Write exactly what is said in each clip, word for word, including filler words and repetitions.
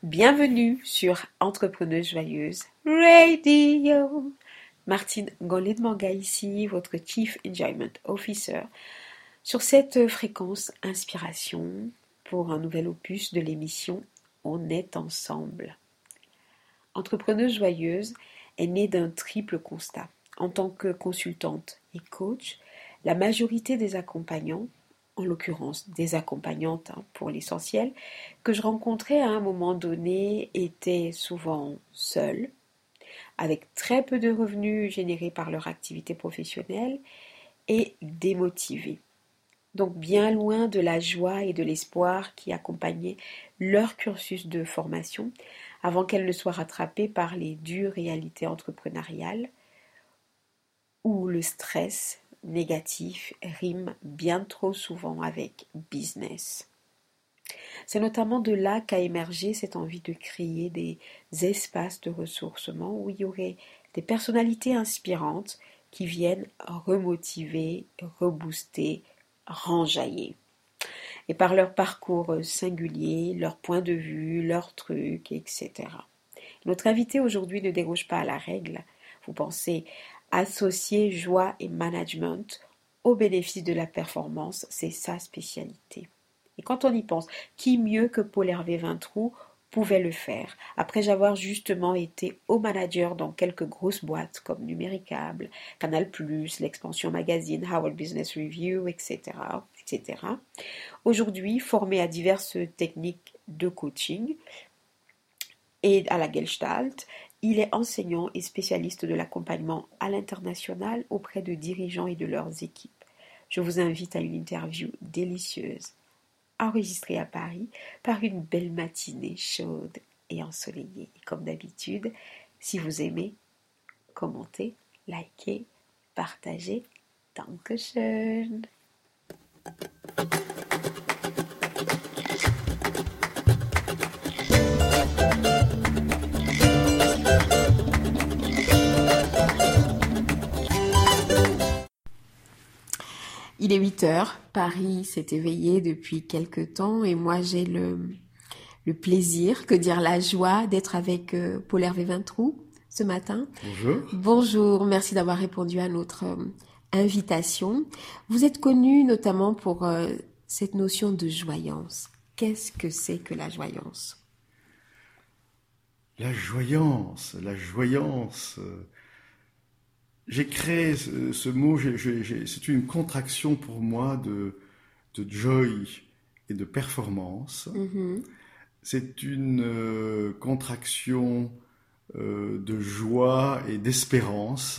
Bienvenue sur Entrepreneuse Joyeuse Radio. Martine Gollet-Manga ici, votre Chief Enjoyment Officer, sur cette fréquence inspiration pour un nouvel opus de l'émission On est ensemble. Entrepreneuse Joyeuse est née d'un triple constat. En tant que consultante et coach, la majorité des accompagnants, en l'occurrence des accompagnantes hein, pour l'essentiel, que je rencontrais à un moment donné étaient souvent seules, avec très peu de revenus générés par leur activité professionnelle et démotivées. Donc bien loin de la joie et de l'espoir qui accompagnaient leur cursus de formation avant qu'elles ne soient rattrapées par les dures réalités entrepreneuriales où le stress négatif rime bien trop souvent avec business. C'est notamment de là qu'a émergé cette envie de créer des espaces de ressourcement où il y aurait des personnalités inspirantes qui viennent remotiver, rebooster, renjailler. Et par leur parcours singulier, leur point de vue, leurs trucs, et cetera. Notre invité aujourd'hui ne déroge pas à la règle. Vous pensez associer joie et management au bénéfice de la performance, c'est sa spécialité. Et quand on y pense, qui mieux que Paul Hervé Vintroux pouvait le faire, après avoir justement été haut manager dans quelques grosses boîtes comme Numéricable, Canal plus, l'Expansion Magazine, Harvard Business Review, et cetera, et cetera. Aujourd'hui, formé à diverses techniques de coaching et à la Gestalt, il est enseignant et spécialiste de l'accompagnement à l'international auprès de dirigeants et de leurs équipes. Je vous invite à une interview délicieuse, enregistrée à Paris par une belle matinée chaude et ensoleillée. Et comme d'habitude, si vous aimez, commentez, likez, partagez. Dankeschön. Il est huit heures, Paris s'est éveillé depuis quelque temps et moi j'ai le, le plaisir, que dire la joie d'être avec euh, Paul Hervé Vintroux ce matin. Bonjour. Bonjour, merci d'avoir répondu à notre euh, invitation. Vous êtes connu notamment pour euh, cette notion de joyance. Qu'est-ce que c'est que la joyance ? La joyance, la joyance... Euh... J'ai créé ce, ce mot, j'ai, j'ai, c'est une contraction pour moi de, de joy et de performance. Mm-hmm. C'est une euh, contraction euh, de joie et d'espérance,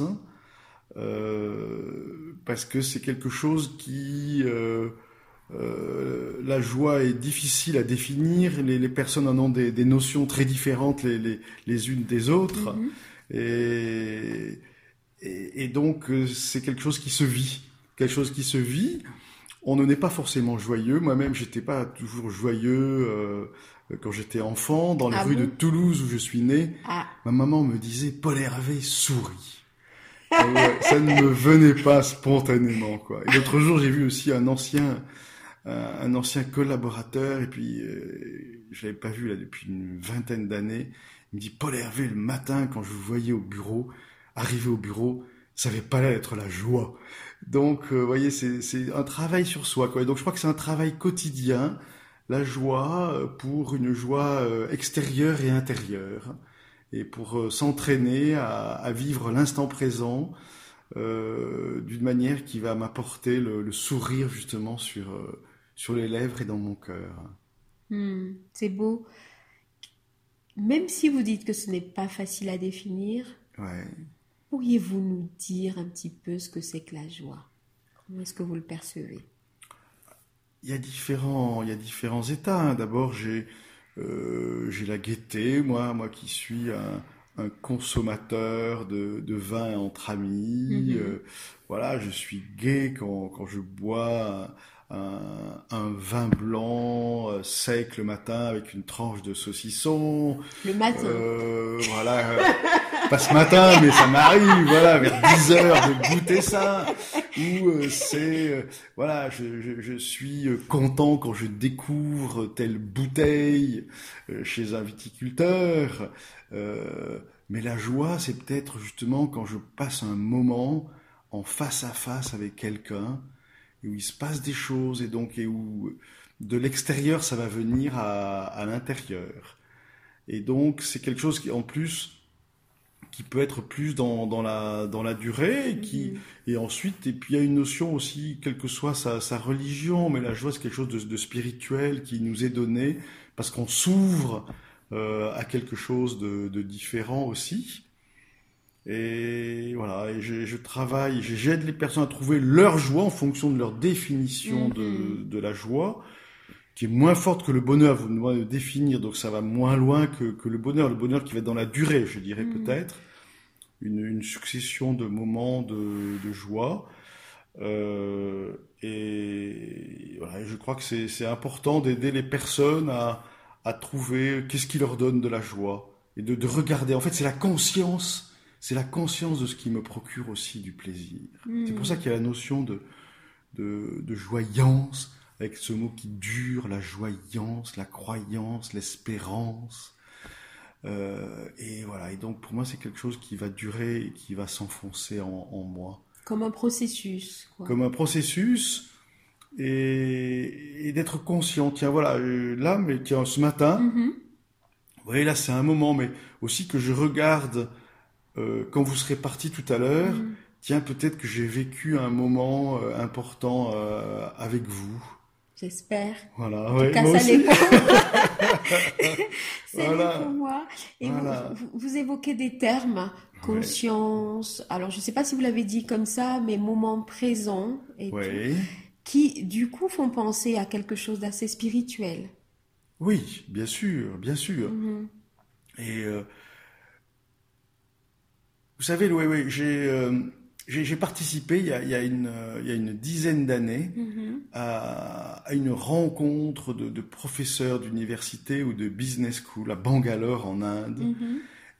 euh, parce que c'est quelque chose qui... Euh, euh, la joie est difficile à définir, les, les personnes en ont des, des notions très différentes les, les, les unes des autres. Mm-hmm. Et... Et, et donc, c'est quelque chose qui se vit. Quelque chose qui se vit. On ne n'est pas forcément joyeux. Moi-même, j'étais pas toujours joyeux euh, quand j'étais enfant. Dans les ah rues bon de Toulouse où je suis né, ah. ma maman me disait « Paul Hervé, souris ». Ouais, ça ne me venait pas spontanément, quoi. Et l'autre jour, j'ai vu aussi un ancien, un, un ancien collaborateur, et puis euh, je l'avais pas vu là depuis une vingtaine d'années. Il me dit « Paul Hervé, le matin, quand je vous voyais au bureau, arrivé au bureau, ça n'avait pas l'air d'être la joie. » Donc, vous euh, voyez, c'est, c'est un travail sur soi, quoi. Et donc, je crois que c'est un travail quotidien, la joie, pour une joie euh, extérieure et intérieure, et pour euh, s'entraîner à, à vivre l'instant présent euh, d'une manière qui va m'apporter le, le sourire, justement, sur, euh, sur les lèvres et dans mon cœur. Mmh, c'est beau. Même si vous dites que ce n'est pas facile à définir, ouais. Pourriez-vous nous dire un petit peu ce que c'est que la joie ? Comment est-ce que vous le percevez ? Il y a différents, il y a différents états. D'abord, j'ai, euh, j'ai la gaieté, moi, moi qui suis un, un consommateur de, de vin entre amis. Mm-hmm. Euh, voilà, je suis gai quand, quand je bois un, un vin blanc euh, sec le matin avec une tranche de saucisson. Le matin. Euh, voilà. Euh, pas ce matin, mais ça m'arrive, voilà, vers dix heures de goûter ça. Ou euh, c'est, euh, voilà, je, je, je suis content quand je découvre telle bouteille euh, chez un viticulteur. Euh, mais la joie, c'est peut-être justement quand je passe un moment en face à face avec quelqu'un, et où il se passe des choses, et donc et où de l'extérieur ça va venir à, à l'intérieur. Et donc c'est quelque chose qui en plus qui peut être plus dans, dans la dans la durée, et qui mmh. et ensuite et puis il y a une notion aussi, quelle que soit sa, sa religion, mais la joie c'est quelque chose de, de spirituel qui nous est donné parce qu'on s'ouvre euh, à quelque chose de, de différent aussi. Et voilà, et je, je travaille, j'aide les personnes à trouver leur joie en fonction de leur définition mmh. de, de la joie, qui est moins forte que le bonheur, vous devez définir, donc ça va moins loin que, que le bonheur, le bonheur qui va être dans la durée, je dirais mmh. peut-être, une, une succession de moments de, de joie. Euh, et voilà, et je crois que c'est, c'est important d'aider les personnes à, à trouver qu'est-ce qui leur donne de la joie, et de, de regarder, en fait c'est la conscience. C'est la conscience de ce qui me procure aussi du plaisir. Mmh. C'est pour ça qu'il y a la notion de, de, de joyance, avec ce mot qui dure, la joyance, la croyance, l'espérance. Euh, et voilà. Et donc, pour moi, c'est quelque chose qui va durer et qui va s'enfoncer en, en moi. Comme un processus, quoi. Comme un processus. Et, et d'être conscient. Tiens, voilà, là, mais tiens, ce matin, mmh. vous voyez, là, c'est un moment, mais aussi que je regarde. Euh, quand vous serez parti tout à l'heure, mmh. tiens, peut-être que j'ai vécu un moment euh, important euh, avec vous. J'espère. Voilà. En ouais, tout cas, moi ça aussi. l'est pour moi. Ça voilà. l'est pour moi. Et voilà. vous, vous, vous évoquez des termes, conscience. Ouais. Alors, je ne sais pas si vous l'avez dit comme ça, mais moment présent et ouais. tout, qui, du coup, font penser à quelque chose d'assez spirituel. Oui, bien sûr, bien sûr. Mmh. Et euh, vous savez, oui, oui, j'ai, euh, j'ai, j'ai participé il y a, il y a une, euh, il y a une dizaine d'années mmh. à, à une rencontre de, de professeurs d'université ou de business school à Bangalore en Inde, mmh.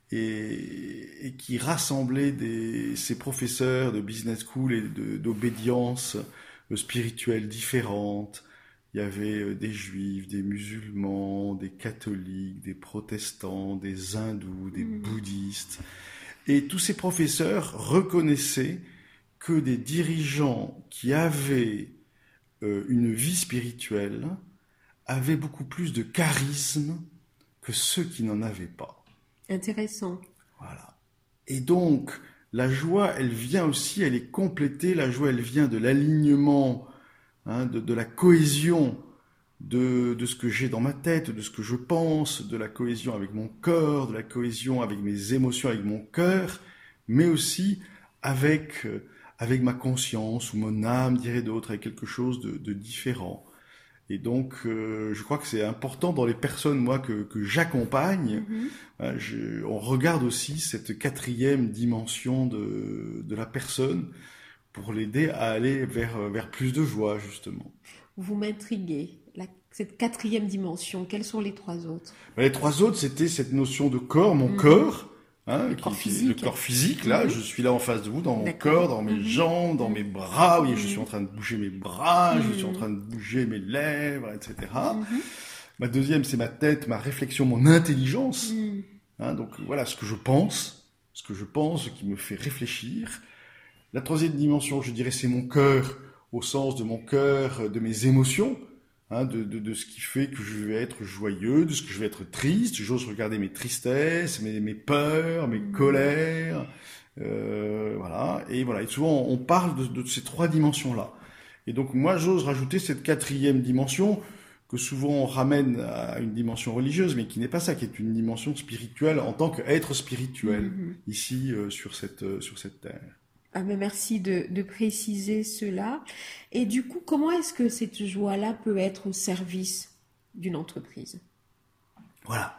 et, et qui rassemblait des, ces professeurs de business school et de, d'obédience spirituelle différentes. Il y avait des juifs, des musulmans, des catholiques, des protestants, des hindous, des mmh. bouddhistes. Et tous ces professeurs reconnaissaient que des dirigeants qui avaient euh, une vie spirituelle avaient beaucoup plus de charisme que ceux qui n'en avaient pas. Intéressant. Voilà. Et donc, la joie, elle vient aussi, elle est complétée. La joie, elle vient de l'alignement, hein, de, de la cohésion de, de ce que j'ai dans ma tête, de ce que je pense, de la cohésion avec mon corps, de la cohésion avec mes émotions, avec mon cœur, mais aussi avec, euh, avec ma conscience ou mon âme, dirait d'autres, avec quelque chose de, de différent. Et donc, euh, je crois que c'est important dans les personnes, moi, que, que j'accompagne. Mm-hmm. euh, je, on regarde aussi cette quatrième dimension de, de la personne pour l'aider à aller vers, vers plus de joie, justement. Vous m'intriguez. La, cette quatrième dimension, quelles sont les trois autres? Les trois autres, c'était cette notion de corps, mon mmh. corps, hein, le, qui, corps qui, physique. le corps physique, là, mmh. je suis là en face de vous, dans mon D'accord. corps, dans mes mmh. jambes, dans mmh. mes bras, oui, mmh. je suis en train de bouger mes bras, mmh. je suis en train de bouger mes lèvres, et cetera. Mmh. Ma deuxième, c'est ma tête, ma réflexion, mon intelligence, mmh. hein, donc voilà, ce que je pense, ce que je pense, ce qui me fait réfléchir. La troisième dimension, je dirais, c'est mon cœur, au sens de mon cœur, de mes émotions, hein, de, de, de ce qui fait que je vais être joyeux, de ce que je vais être triste. J'ose regarder mes tristesses, mes, mes peurs, mes mmh. colères, euh, voilà. Et voilà. Et souvent, on parle de, de ces trois dimensions-là. Et donc, moi, j'ose rajouter cette quatrième dimension que souvent on ramène à une dimension religieuse, mais qui n'est pas ça, qui est une dimension spirituelle en tant qu'être spirituel mmh. ici euh, sur cette euh, sur cette terre. Ah mais merci de, de préciser cela. Et du coup, comment est-ce que cette joie-là peut être au service d'une entreprise? Voilà.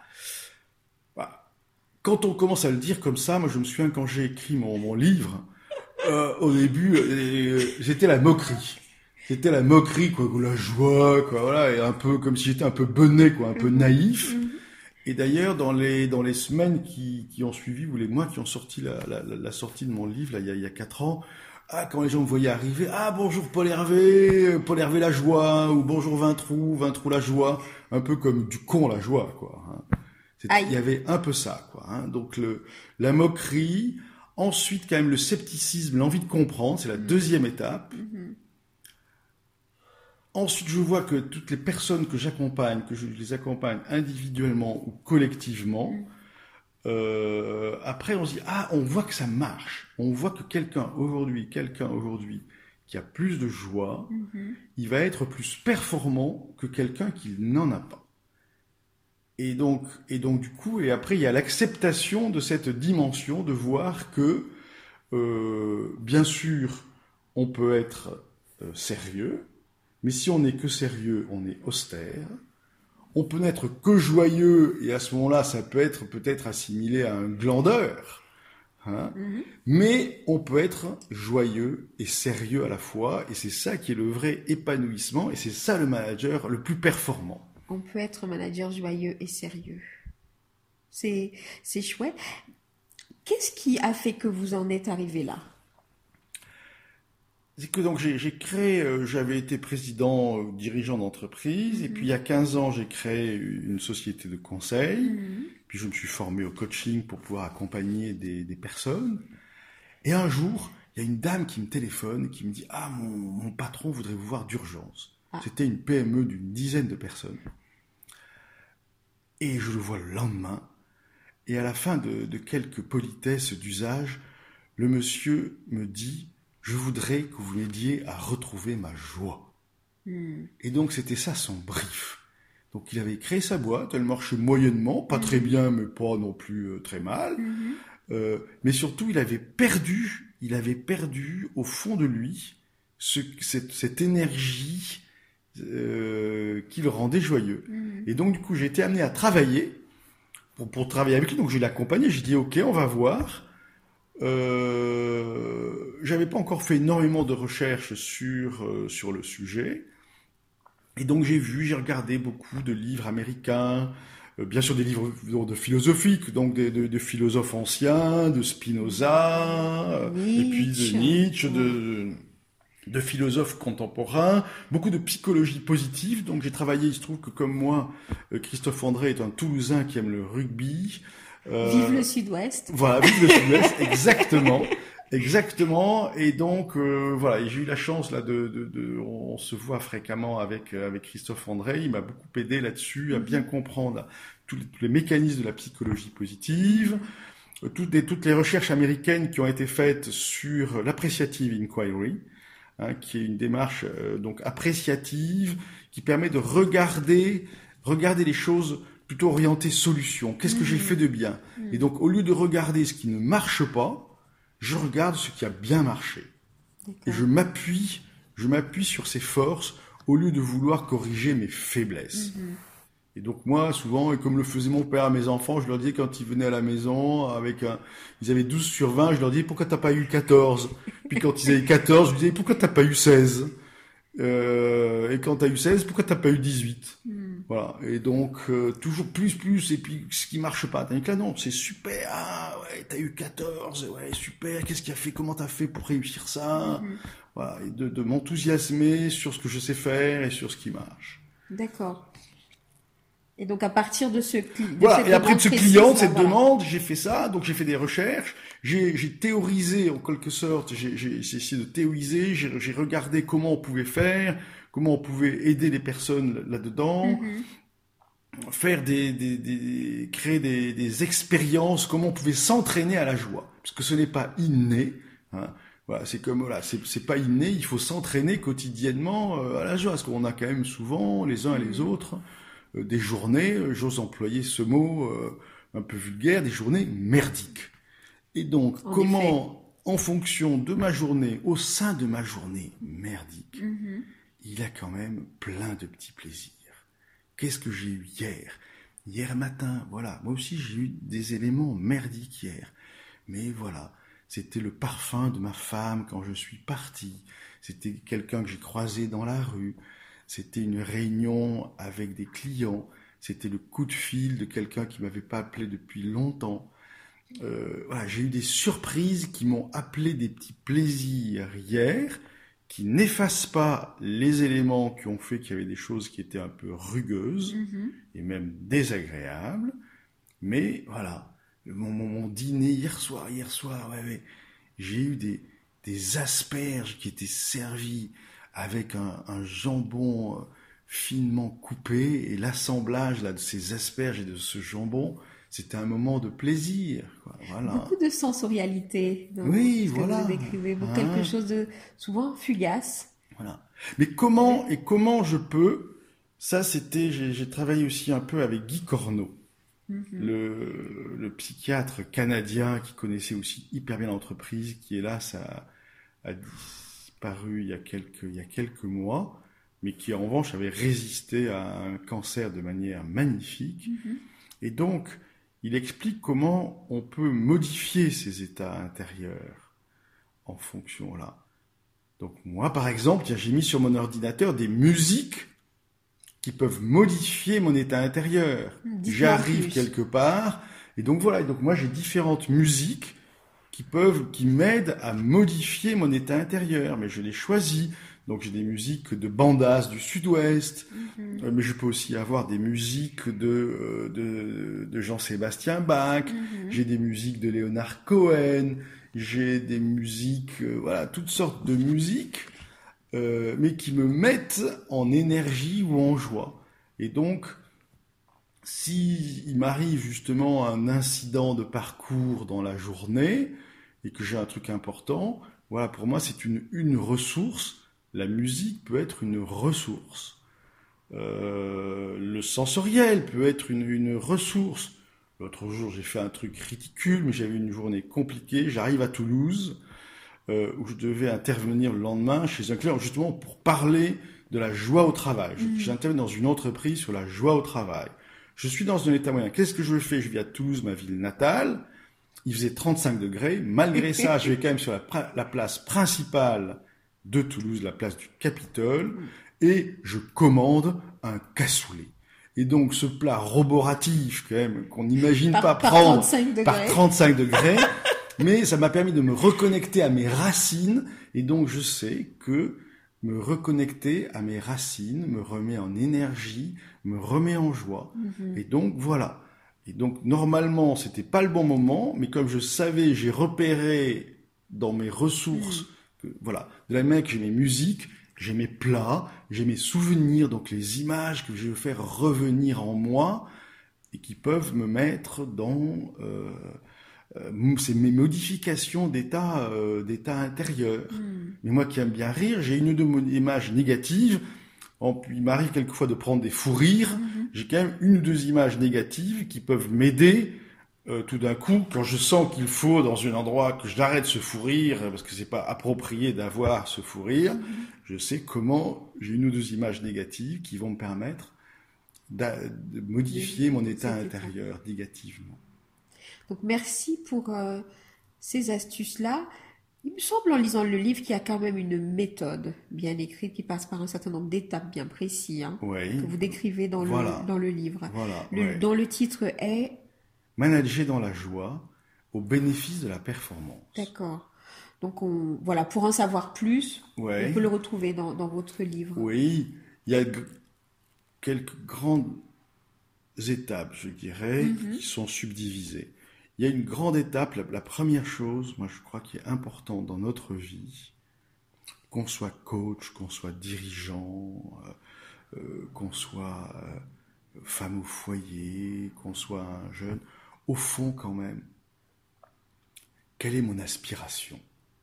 voilà. Quand on commence à le dire comme ça, moi je me souviens quand j'ai écrit mon, mon livre, euh, au début, euh, j'étais la moquerie. C'était la moquerie, quoi, ou la joie, quoi, voilà, et un peu comme si j'étais un peu bonnet, quoi, un peu naïf. Mhm. Et d'ailleurs, dans les dans les semaines qui qui ont suivi, ou les mois qui ont sorti la la, la, la sortie de mon livre, là, il y a il y a quatre ans, ah, quand les gens me voyaient arriver, ah, bonjour Paul Hervé, Paul Hervé la joie, ou bonjour Vintrou, Vintrou la joie, un peu comme du con la joie, quoi. Hein. Il y avait un peu ça, quoi. Hein. Donc le la moquerie, ensuite quand même le scepticisme, l'envie de comprendre, c'est la mmh. deuxième étape. Mmh. Ensuite, je vois que toutes les personnes que j'accompagne, que je les accompagne individuellement ou collectivement, mmh. euh, après on se dit, ah, on voit que ça marche. On voit que quelqu'un aujourd'hui, quelqu'un aujourd'hui qui a plus de joie, mmh. il va être plus performant que quelqu'un qui n'en a pas. Et donc, et donc du coup, et après il y a l'acceptation de cette dimension, de voir que, euh, bien sûr, on peut être euh, sérieux, mais si on n'est que sérieux, on est austère. On peut n'être que joyeux, et à ce moment-là, ça peut être peut-être assimilé à un glandeur. Hein, mm-hmm. Mais on peut être joyeux et sérieux à la fois, et c'est ça qui est le vrai épanouissement, et c'est ça le manager le plus performant. On peut être manager joyeux et sérieux. C'est, c'est chouette. Qu'est-ce qui a fait que vous en êtes arrivé là ? C'est que donc j'ai, j'ai créé, euh, j'avais été président, euh, dirigeant d'entreprise, mmh. et puis il y a quinze ans, j'ai créé une société de conseil, mmh. puis je me suis formé au coaching pour pouvoir accompagner des, des personnes. Et un jour, il y a une dame qui me téléphone, qui me dit « Ah, mon, mon patron voudrait vous voir d'urgence. Ah. » C'était une P M E d'une dizaine de personnes. Et je le vois le lendemain, et à la fin de, de quelques politesses d'usage, le monsieur me dit « Je voudrais que vous m'aidiez à retrouver ma joie. Mm. » Et donc c'était ça son brief. Donc il avait créé sa boîte, elle marchait moyennement, pas mm. très bien, mais pas non plus euh, très mal. Mm-hmm. Euh, mais surtout, il avait perdu, il avait perdu au fond de lui ce, cette, cette énergie euh, qui le rendait joyeux. Mm. Et donc du coup, j'ai été amené à travailler pour, pour travailler avec lui. Donc je l'ai accompagné, j'ai dit ok, on va voir. Euh, j'avais pas encore fait énormément de recherches sur euh, sur le sujet. Et donc j'ai vu, j'ai regardé beaucoup de livres américains. Bien sûr des livres de philosophiques, donc de, de, de philosophes anciens, de Spinoza, Nietzsche. Et puis de Nietzsche, de, de philosophes contemporains, beaucoup de psychologie positive. Donc j'ai travaillé, il se trouve que comme moi, Christophe André est un Toulousain qui aime le rugby. Euh, vive le Sud-Ouest. Voilà, vive le Sud-Ouest, exactement. Exactement, et donc euh, voilà, et j'ai eu la chance là de, de, de, on se voit fréquemment avec avec Christophe André, il m'a beaucoup aidé là-dessus à bien comprendre tous les, tous les mécanismes de la psychologie positive, toutes les toutes les recherches américaines qui ont été faites sur l'appreciative inquiry, hein, qui est une démarche euh, donc appréciative qui permet de regarder regarder les choses plutôt orientées solution. Qu'est-ce que mmh. j'ai fait de bien ? mmh. Et donc au lieu de regarder ce qui ne marche pas, je regarde ce qui a bien marché. D'accord. Et je m'appuie, je m'appuie sur ces forces au lieu de vouloir corriger mes faiblesses. Mm-hmm. Et donc moi, souvent, et comme le faisait mon père à mes enfants, je leur disais quand ils venaient à la maison, avec un, ils avaient douze sur vingt, je leur disais pourquoi t'as pas eu quatorze ? Puis quand ils avaient quatorze, je leur disais pourquoi t'as pas eu seize ? Euh, et quand t'as eu seize, pourquoi t'as pas eu dix-huit ? Mm. Voilà. Et donc, euh, toujours plus, plus, et puis ce qui marche pas. Tandis que là, non, c'est super, ah, ouais, t'as eu quatorze, ouais, super, qu'est-ce qu'il a fait, comment t'as fait pour réussir ça ? Mm-hmm. Voilà. Et de, de m'enthousiasmer sur ce que je sais faire et sur ce qui marche. D'accord. Et donc, à partir de ce client. Voilà. Et après de ce client, de cette voilà. demande, j'ai fait ça. Donc, j'ai fait des recherches. J'ai, j'ai théorisé, en quelque sorte. J'ai, j'ai, j'ai essayé de théoriser. J'ai, j'ai regardé comment on pouvait faire, comment on pouvait aider les personnes là-dedans. Mm-hmm. Faire des, des, des, créer des, des expériences. Comment on pouvait s'entraîner à la joie. Parce que ce n'est pas inné, hein. Voilà, c'est comme, voilà, c'est, c'est pas inné. Il faut s'entraîner quotidiennement euh, à la joie. Parce qu'on a quand même souvent, les uns et les autres, des journées, j'ose employer ce mot euh, un peu vulgaire, des journées merdiques. Et donc, en comment, effet. En fonction de ma journée, au sein de ma journée merdique, mm-hmm. il y a quand même plein de petits plaisirs. Qu'est-ce que j'ai eu hier ? Hier matin, voilà, moi aussi j'ai eu des éléments merdiques hier. Mais voilà, C'était le parfum de ma femme quand je suis parti. C'était quelqu'un que j'ai croisé dans la rue. C'était une réunion avec des clients. C'était le coup de fil de quelqu'un qui m'avait pas appelé depuis longtemps. Euh, voilà, j'ai eu des surprises qui m'ont appelé des petits plaisirs hier, qui n'effacent pas les éléments qui ont fait qu'il y avait des choses qui étaient un peu rugueuses Mm-hmm. et même désagréables. Mais voilà, mon, mon, mon dîner hier soir, hier soir, ouais, ouais, j'ai eu des, des asperges qui étaient servies avec un, un jambon euh, finement coupé, et l'assemblage là de ces asperges et de ce jambon, c'était un moment de plaisir, quoi. Voilà. Beaucoup de sensorialité dans Oui, ce que voilà. vous décrivez. Bon, Hein. quelque chose de souvent fugace. Voilà. Mais comment et comment je peux, ça c'était, j'ai, j'ai travaillé aussi un peu avec Guy Corneau, Mm-hmm. le, le psychiatre canadien qui connaissait aussi hyper bien l'entreprise, qui hélas a, a disparu il y a quelques, il y a quelques mois, mais qui en revanche avait résisté à un cancer de manière magnifique. Mm-hmm. Et donc, il explique comment on peut modifier ces états intérieurs en fonction là. Donc moi, par exemple, j'ai mis sur mon ordinateur des musiques qui peuvent modifier mon état intérieur. Dites-moi J'arrive plus. quelque part, et donc voilà. Et donc moi, j'ai différentes musiques qui peuvent, qui m'aident à modifier mon état intérieur, mais je les choisis. Donc j'ai des musiques de bandas du Sud-Ouest, Mm-hmm. euh, mais je peux aussi avoir des musiques de, euh, de, de Jean-Sébastien Bach, Mm-hmm. j'ai des musiques de Leonard Cohen, j'ai des musiques, euh, voilà, toutes sortes de musiques, euh, mais qui me mettent en énergie ou en joie. Et donc, si il m'arrive justement un incident de parcours dans la journée, et que j'ai un truc important, voilà, pour moi c'est une, une ressource. La musique peut être une ressource. Euh, le sensoriel peut être une, une ressource. L'autre jour, j'ai fait un truc ridicule, mais j'avais une journée compliquée. J'arrive à Toulouse, euh, où je devais intervenir le lendemain chez un client, justement pour parler de la joie au travail. Mmh. J'interviens dans une entreprise sur la joie au travail. Je suis dans un état moyen. Qu'est-ce que je fais? Je vis à Toulouse, ma ville natale. Il faisait trente-cinq degrés. Malgré ça, je vais quand même sur la, la place principale de Toulouse, la place du Capitole, et je commande un cassoulet. Et donc, ce plat roboratif, quand même, qu'on n'imagine Par- pas par prendre trente-cinq degrés. par trente-cinq degrés, mais ça m'a permis de me reconnecter à mes racines, et donc je sais que me reconnecter à mes racines me remet en énergie, me remet en joie. Mhm. Et donc, voilà. Et donc, normalement, c'était pas le bon moment, mais comme je savais, j'ai repéré dans mes ressources, que, voilà, de la même manière que j'ai mes musiques, j'ai mes plats, j'ai mes souvenirs, donc les images que je veux faire revenir en moi, et qui peuvent me mettre dans euh, euh, c'est mes modifications d'état euh, d'état intérieur. Mm. Mais moi qui aime bien rire, j'ai une ou deux images négatives. En, il m'arrive quelquefois de prendre des fous rires. Mm-hmm. J'ai quand même une ou deux images négatives qui peuvent m'aider euh, tout d'un coup, quand je sens qu'il faut dans un endroit que j'arrête ce fou rire, parce que c'est pas approprié d'avoir ce fou rire, Mm-hmm. je sais comment j'ai une ou deux images négatives qui vont me permettre de modifier mon état intérieur négativement. Donc merci pour euh, ces astuces-là. Il me semble en lisant le livre qu'il y a quand même une méthode bien écrite qui passe par un certain nombre d'étapes bien précises, hein, Oui. que vous décrivez dans, Voilà. le, dans le livre. Voilà. Le, Ouais. Dont le titre est... Manager dans la joie au bénéfice de la performance. D'accord. Donc on, voilà, pour en savoir plus, Ouais. on peut le retrouver dans, dans votre livre. Oui, il y a g- quelques grandes étapes, je dirais, Mhm. qui sont subdivisées. Il y a une grande étape, la, la première chose, moi je crois qui est importante dans notre vie, qu'on soit coach, qu'on soit dirigeant, euh, euh, qu'on soit euh, femme au foyer, qu'on soit un jeune, au fond quand même, quelle est mon aspiration?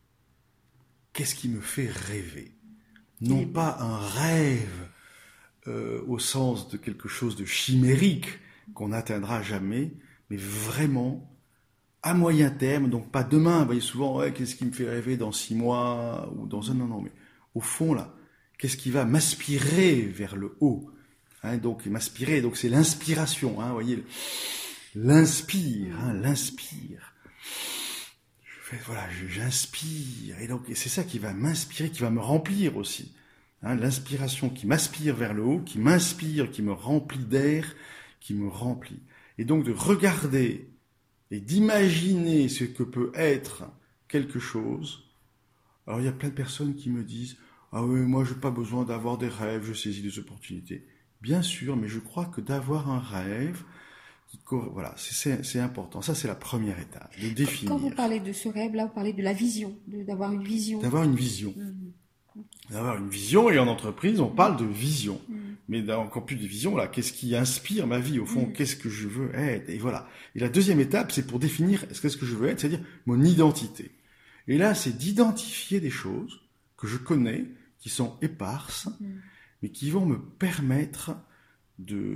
Qu'est-ce qui me fait rêver? Non Et- pas un rêve euh, au sens de quelque chose de chimérique qu'on n'atteindra jamais, mais vraiment à moyen terme, donc pas demain. Vous voyez souvent, ouais, qu'est-ce qui me fait rêver dans six mois ou dans un an, non, mais au fond là, qu'est-ce qui va m'aspirer vers le haut, hein, donc m'aspirer, donc c'est l'inspiration, hein, vous voyez, l'inspire, hein, l'inspire. Je fait, voilà, j'inspire. Et donc, et c'est ça qui va m'inspirer, qui va me remplir aussi. Hein, l'inspiration qui m'aspire vers le haut, qui m'inspire, qui me remplit d'air, qui me remplit. Et donc, de regarder et d'imaginer ce que peut être quelque chose. Alors, il y a plein de personnes qui me disent « Ah oui, moi, je n'ai pas besoin d'avoir des rêves, je saisis des opportunités. » Bien sûr, mais je crois que d'avoir un rêve, qui, voilà, c'est, c'est important. Ça, c'est la première étape, de définir. Quand vous parlez de ce rêve, là, vous parlez de la vision, de, d'avoir une vision. D'avoir une vision. Mmh. D'avoir une vision, et en entreprise, on parle de vision. Mmh. Mais encore plus de vision, là, qu'est-ce qui inspire ma vie, au fond, mmh. qu'est-ce que je veux être? Et voilà. Et la deuxième étape, c'est pour définir qu'est-ce que je veux être, c'est-à-dire mon identité. Et là, c'est d'identifier des choses que je connais, qui sont éparses, mmh. mais qui vont me permettre de,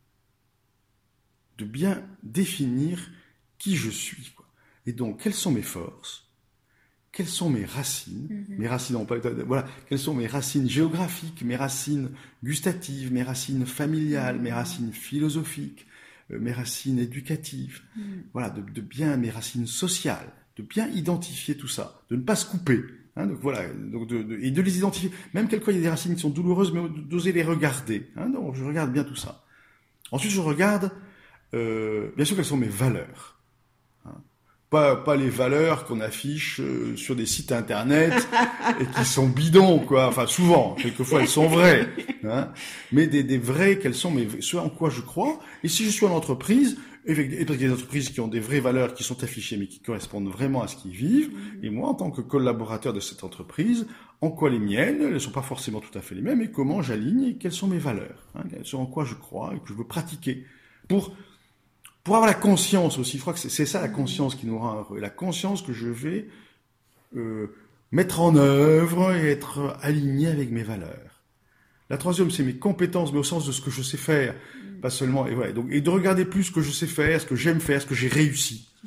de bien définir qui je suis, quoi. Et donc, quelles sont mes forces? Quelles sont mes racines? Mm-hmm. Mes racines, on peut, voilà, quelles sont mes racines géographiques, mes racines gustatives, mes racines familiales, mm-hmm. mes racines philosophiques, euh, mes racines éducatives, mm-hmm. voilà, de, de bien mes racines sociales, de bien identifier tout ça, de ne pas se couper, hein, donc voilà, donc de, de, et de les identifier, même quelquefois il y a des racines qui sont douloureuses, mais d'oser les regarder, hein, donc je regarde bien tout ça. Ensuite, je regarde, euh, bien sûr, quelles sont mes valeurs. Pas, pas les valeurs qu'on affiche euh, sur des sites internet et qui sont bidons, quoi. Enfin, souvent, quelquefois elles sont vraies, hein. Mais des, des vraies, quelles sont mes, ce en quoi je crois. Et si je suis en entreprise, et parce qu'il y a des entreprises qui ont des vraies valeurs qui sont affichées, mais qui correspondent vraiment à ce qu'ils vivent. Et moi, en tant que collaborateur de cette entreprise, en quoi les miennes, elles ne sont pas forcément tout à fait les mêmes, et comment j'aligne, et quelles sont mes valeurs, hein, ce en quoi je crois et que je veux pratiquer pour Pour avoir la conscience aussi, je crois que c'est, c'est ça la conscience qui nous rend heureux, la conscience que je vais euh, mettre en œuvre et être aligné avec mes valeurs. La troisième, c'est mes compétences, mais au sens de ce que je sais faire, mm. pas seulement, et voilà, donc, et de regarder plus ce que je sais faire, ce que j'aime faire, ce que j'ai réussi. Mm.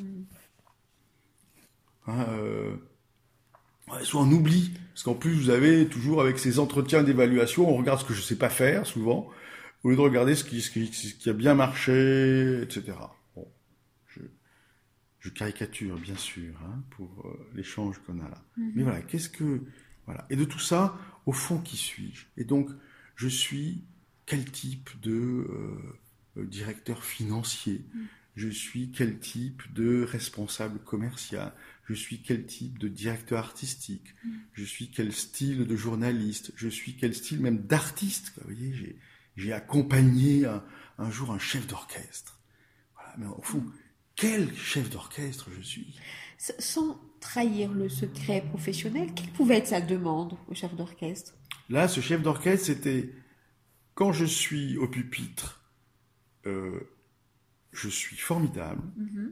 Hein, euh, ouais, soit on oublie, parce qu'en plus vous avez toujours avec ces entretiens d'évaluation, on regarde ce que je sais pas faire, souvent, au lieu de regarder ce qui, ce qui, ce qui a bien marché, et cetera. Bon, je, je caricature, bien sûr, hein, pour euh, l'échange qu'on a là. Mm-hmm. Mais voilà, qu'est-ce que... Voilà. Et de tout ça, au fond, qui suis-je? Et donc, je suis quel type de euh, directeur financier? Mm. Je suis quel type de responsable commercial? Je suis quel type de directeur artistique? Mm. Je suis quel style de journaliste? Je suis quel style même d'artiste, quoi. Vous voyez, j'ai... J'ai accompagné un, un jour un chef d'orchestre. Voilà, mais au fond, quel chef d'orchestre je suis? Sans trahir le secret professionnel, quelle pouvait être sa demande au chef d'orchestre? Là, ce chef d'orchestre, c'était quand je suis au pupitre, euh, je suis formidable. Mm-hmm.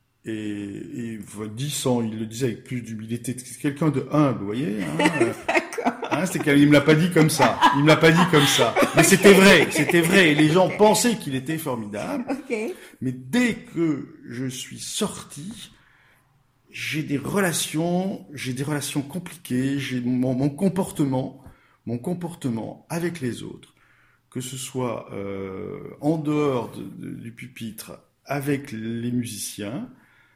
Et, et dix ans, il le disait avec plus d'humilité. C'est quelqu'un de humble, vous voyez, hein. Hein, c'était, il me l'a pas dit comme ça. Il me l'a pas dit comme ça. Mais c'était vrai, c'était vrai. Et les gens pensaient qu'il était formidable. Okay. Mais dès que je suis sorti, j'ai des relations, j'ai des relations compliquées. J'ai mon, mon comportement, mon comportement avec les autres, que ce soit euh, en dehors de, de, du pupitre, avec les musiciens,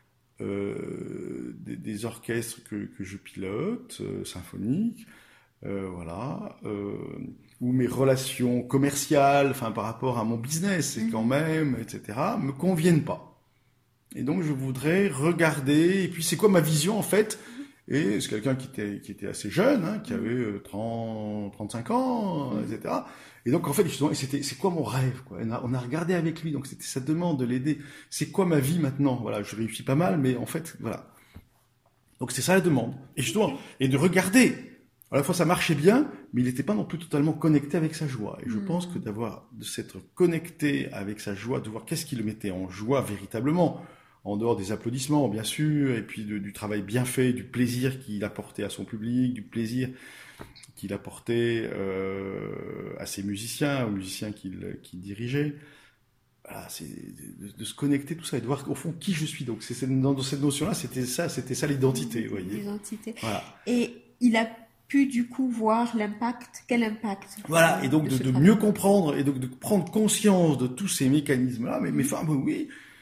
euh, des, des orchestres que, que je pilote, euh, symphoniques. Euh, voilà, euh, ou mes relations commerciales, enfin par rapport à mon business, et quand même, et cetera, me conviennent pas. Et donc je voudrais regarder. Et puis c'est quoi ma vision en fait? Et c'est quelqu'un qui était qui était assez jeune, hein, qui avait euh, trente, trente-cinq ans, et cetera. Et donc en fait justement, et c'était c'est quoi mon rêve, quoi. On a, on a regardé avec lui, donc c'était sa demande de l'aider. C'est quoi ma vie maintenant? Voilà, je réussis pas mal, mais en fait voilà. Donc c'est ça la demande. Et justement, et de regarder. À la fois, ça marchait bien, mais il n'était pas non plus totalement connecté avec sa joie. Et je mmh. pense que d'avoir, de s'être connecté avec sa joie, de voir qu'est-ce qui le mettait en joie véritablement, en dehors des applaudissements, bien sûr, et puis de, du travail bien fait, du plaisir qu'il apportait à son public, du plaisir qu'il apportait euh, à ses musiciens, aux musiciens qu'il, qu'il dirigeait. Voilà, c'est de, de se connecter tout ça et de voir au fond qui je suis. Donc, c'est, c'est, dans cette notion-là, c'était ça, c'était ça l'identité, vous voyez. L'identité. Voilà. Et il a pu du coup voir l'impact, quel impact. Voilà, et donc de, de, de mieux comprendre et donc de prendre conscience de tous ces mécanismes-là. Mais, mais enfin, oui,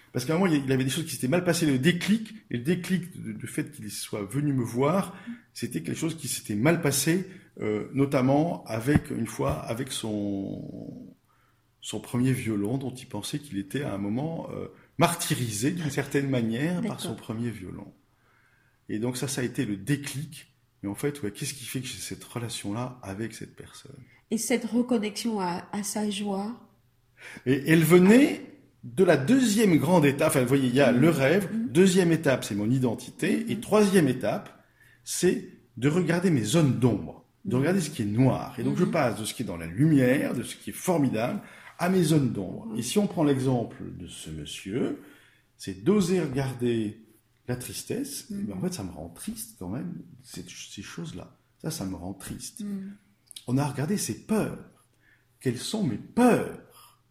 Parce qu'à un moment, il avait des choses qui s'étaient mal passées, le déclic, et le déclic du de, de fait qu'il soit venu me voir, c'était quelque chose qui s'était mal passé, euh, notamment avec, une fois, avec son, son premier violon, dont il pensait qu'il était à un moment euh, martyrisé d'une certaine manière D'accord. par son premier violon. Et donc ça, ça a été le déclic. Mais en fait, ouais, qu'est-ce qui fait que j'ai cette relation-là avec cette personne ? Et cette reconnexion à, à sa joie ? Et elle venait de la deuxième grande étape. Enfin, vous voyez, il y a mmh. le rêve. Mmh. Deuxième étape, c'est mon identité. Mmh. Et troisième étape, c'est de regarder mes zones d'ombre, de regarder ce qui est noir. Et donc, mmh. je passe de ce qui est dans la lumière, de ce qui est formidable, à mes zones d'ombre. Mmh. Et si on prend l'exemple de ce monsieur, c'est d'oser regarder la tristesse. Mmh. Mais en fait, ça me rend triste quand même, ces, ces choses-là. Ça, ça me rend triste. Mmh. On a regardé ses peurs. Quelles sont mes peurs ?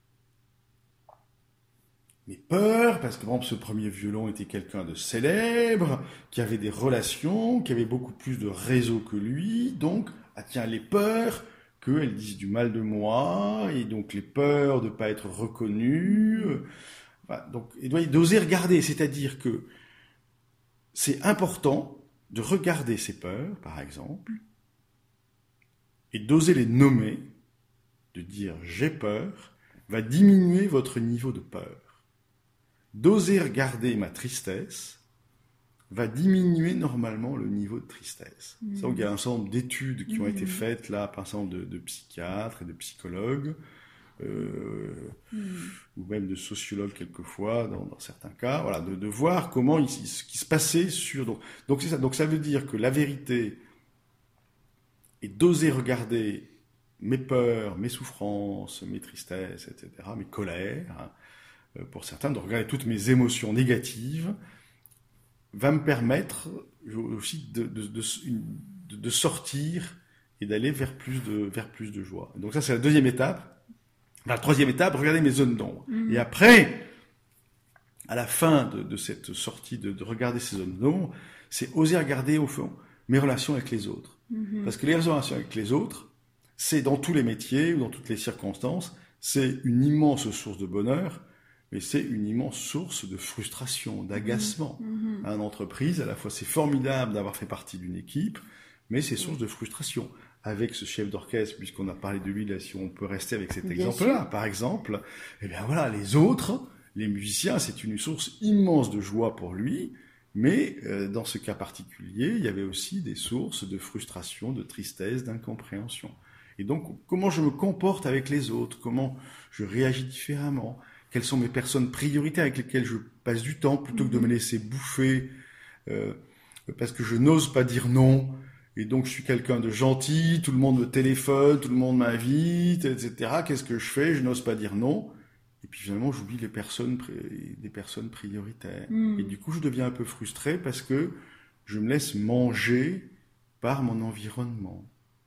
Mes peurs, parce que par exemple, ce premier violon était quelqu'un de célèbre, qui avait des relations, qui avait beaucoup plus de réseau que lui, donc, ah tiens, les peurs qu'elles disent du mal de moi, et donc les peurs de ne pas être reconnu. Voilà, donc, il doit d'oser regarder, c'est-à-dire que c'est important de regarder ses peurs, par exemple, et d'oser les nommer, de dire « j'ai peur », va diminuer votre niveau de peur. D'oser regarder ma tristesse va diminuer normalement le niveau de tristesse. Mmh. C'est donc il y a un certain nombre d'études qui mmh. ont été faites là, par exemple de, de psychiatres et de psychologues, euh, mmh. ou même de sociologues quelquefois, dans, dans certains cas, voilà, de, de voir comment il, ce qui se passait sur... Donc, donc c'est ça. Donc ça veut dire que la vérité est d'oser regarder mes peurs, mes souffrances, mes tristesses, et cetera, mes colères, hein, pour certains, de regarder toutes mes émotions négatives, va me permettre aussi de, de, de, de, de sortir et d'aller vers plus de, vers plus de joie. Donc ça, c'est la deuxième étape. La troisième étape, regarder mes zones d'ombre. Mmh. Et après, à la fin de, de cette sortie, de, de regarder ces zones d'ombre, c'est oser regarder, au fond, mes relations avec les autres. Mmh. Parce que les relations avec les autres, c'est dans tous les métiers ou dans toutes les circonstances, c'est une immense source de bonheur, mais c'est une immense source de frustration, d'agacement. Mmh. À une entreprise, à la fois c'est formidable d'avoir fait partie d'une équipe, mais c'est source de frustration. Avec ce chef d'orchestre, puisqu'on a parlé de lui, là, si on peut rester avec cet Bien exemple-là, sûr. Par exemple, eh bien voilà, les autres, les musiciens, c'est une source immense de joie pour lui, mais euh, dans ce cas particulier, il y avait aussi des sources de frustration, de tristesse, d'incompréhension. Et donc, comment je me comporte avec les autres, comment je réagis différemment, quelles sont mes personnes prioritaires avec lesquelles je passe du temps, plutôt que de me laisser bouffer, euh, parce que je n'ose pas dire non, et donc je suis quelqu'un de gentil, tout le monde me téléphone, tout le monde m'invite, et cetera. Qu'est-ce que je fais ? Je n'ose pas dire non, et puis finalement j'oublie les personnes, les personnes prioritaires. Mm. Et du coup je deviens un peu frustré parce que je me laisse manger par mon environnement.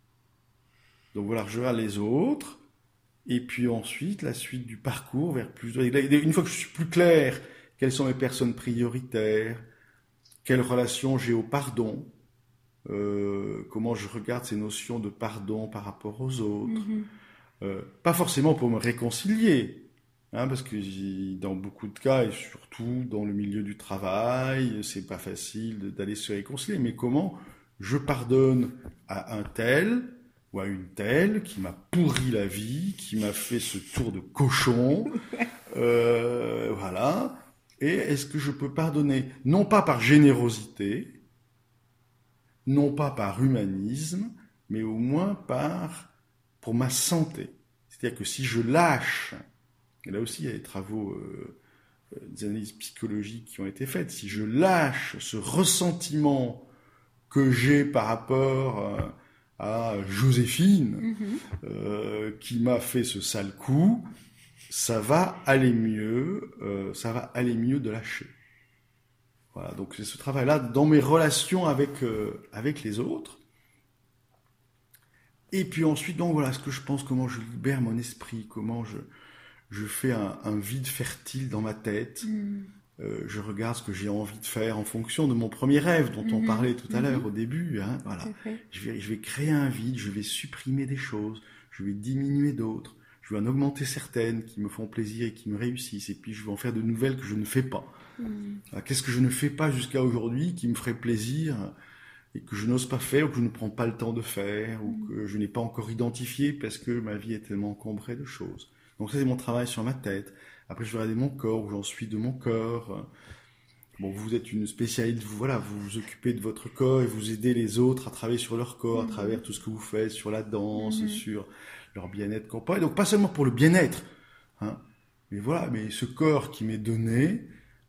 Donc voilà, je regarde les autres, et puis ensuite, la suite du parcours vers plus de... Une fois que je suis plus clair, quelles sont mes personnes prioritaires, quelles relations j'ai au pardon, euh, comment je regarde ces notions de pardon par rapport aux autres. Mm-hmm. Euh, pas forcément pour me réconcilier, hein, parce que dans beaucoup de cas, et surtout dans le milieu du travail, c'est pas facile d'aller se réconcilier, mais comment je pardonne à un tel... ou à une telle qui m'a pourri la vie, qui m'a fait ce tour de cochon, euh, voilà. Et est-ce que je peux pardonner, non pas par générosité, non pas par humanisme, mais au moins par, pour ma santé. C'est-à-dire que si je lâche, et là aussi il y a des travaux, euh, des analyses psychologiques qui ont été faites, si je lâche ce ressentiment que j'ai par rapport... Euh, à Joséphine, mmh. euh, qui m'a fait ce sale coup, ça va aller mieux, euh, ça va aller mieux de lâcher. Voilà, donc c'est ce travail-là dans mes relations avec, euh, avec les autres. Et puis ensuite, donc voilà, ce que je pense, comment je libère mon esprit, comment je, je fais un, un vide fertile dans ma tête. Mmh. Euh, je regarde ce que j'ai envie de faire en fonction de mon premier rêve dont mmh. on parlait tout à mmh. l'heure au début. Hein, voilà. Je vais, je vais créer un vide, je vais supprimer des choses, je vais diminuer d'autres, je vais en augmenter certaines qui me font plaisir et qui me réussissent, et puis je vais en faire de nouvelles que je ne fais pas. Mmh. Alors, qu'est-ce que je ne fais pas jusqu'à aujourd'hui qui me ferait plaisir et que je n'ose pas faire, ou que je ne prends pas le temps de faire, mmh. ou que je n'ai pas encore identifié parce que ma vie est tellement encombrée de choses. Donc ça, c'est mon travail sur ma tête. Après, je vais regarder mon corps, où j'en suis de mon corps. Bon, vous êtes une spécialiste, vous, voilà, vous vous occupez de votre corps et vous aidez les autres à travailler sur leur corps, mmh. à travers tout ce que vous faites, sur la danse, mmh. sur leur bien-être corporel. Donc, pas seulement pour le bien-être, hein, mais voilà, mais ce corps qui m'est donné,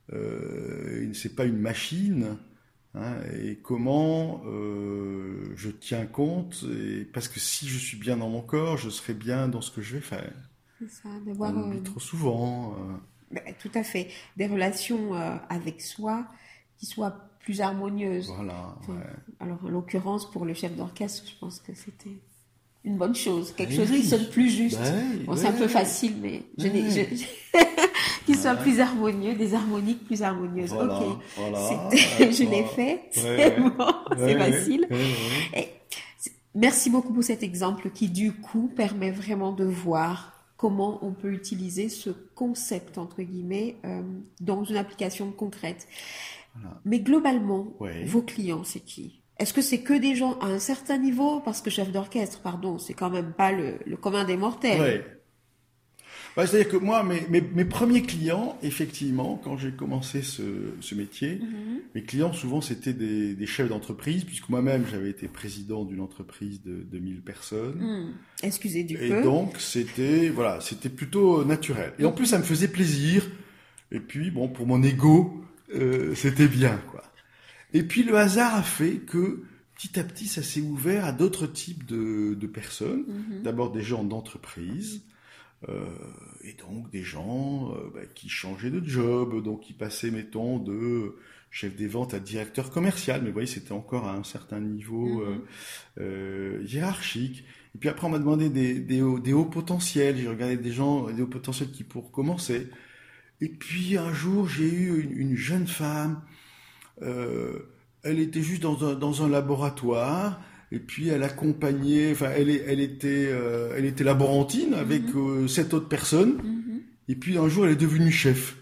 euh, c'est pas une machine, hein, et comment euh, je tiens compte, et, parce que si je suis bien dans mon corps, je serai bien dans ce que je vais faire. C'est ça, d'avoir... On oublie euh... trop souvent... Euh... Tout à fait. Des relations euh, avec soi qui soient plus harmonieuses. Voilà. Enfin, ouais. Alors, en l'occurrence, pour le chef d'orchestre, je pense que c'était une bonne chose. Quelque oui, chose qui sonne plus juste. Ouais, bon, ouais, c'est un peu facile, mais je ouais. n'ai, je, qui soit ouais. plus harmonieux, des harmoniques plus harmonieuses. Voilà, ok. Voilà, ouais, je l'ai fait. C'est ouais, bon. Ouais, c'est facile. Ouais, ouais. Et, merci beaucoup pour cet exemple qui, du coup, permet vraiment de voir comment on peut utiliser ce concept, entre guillemets, euh, dans une application concrète. Voilà. Mais globalement, ouais. vos clients, c'est qui ? Est-ce que c'est que des gens à un certain niveau ? Parce que chef d'orchestre, pardon, c'est quand même pas le, le commun des mortels. Ouais. Ouais, c'est-à-dire que moi, mes, mes, mes premiers clients, effectivement, quand j'ai commencé ce, ce métier, mm-hmm. mes clients, souvent, c'était des, des chefs d'entreprise, puisque moi-même, j'avais été président d'une entreprise de, de mille personnes. Mm. Excusez du et peu. Et donc, c'était, voilà, c'était plutôt naturel. Et en plus, ça me faisait plaisir. Et puis, bon, pour mon ego, euh, c'était bien, quoi. Et puis, le hasard a fait que, petit à petit, ça s'est ouvert à d'autres types de, de personnes. Mm-hmm. D'abord, des gens d'entreprise. Euh, et donc des gens euh, bah, qui changeaient de job, donc qui passaient, mettons, de chef des ventes à directeur commercial, mais vous voyez, c'était encore à un certain niveau mm-hmm. euh, euh, hiérarchique. Et puis après, on m'a demandé des, des, hauts, des hauts potentiels, j'ai regardé des gens, des hauts potentiels qui pour commencer. Et puis un jour, j'ai eu une, une jeune femme, euh, elle était juste dans un, dans un laboratoire. Et puis elle accompagnait, enfin elle, elle était, euh, elle était laborantine avec mm-hmm. euh, sept autres personnes. Mm-hmm. Et puis un jour elle est devenue chef.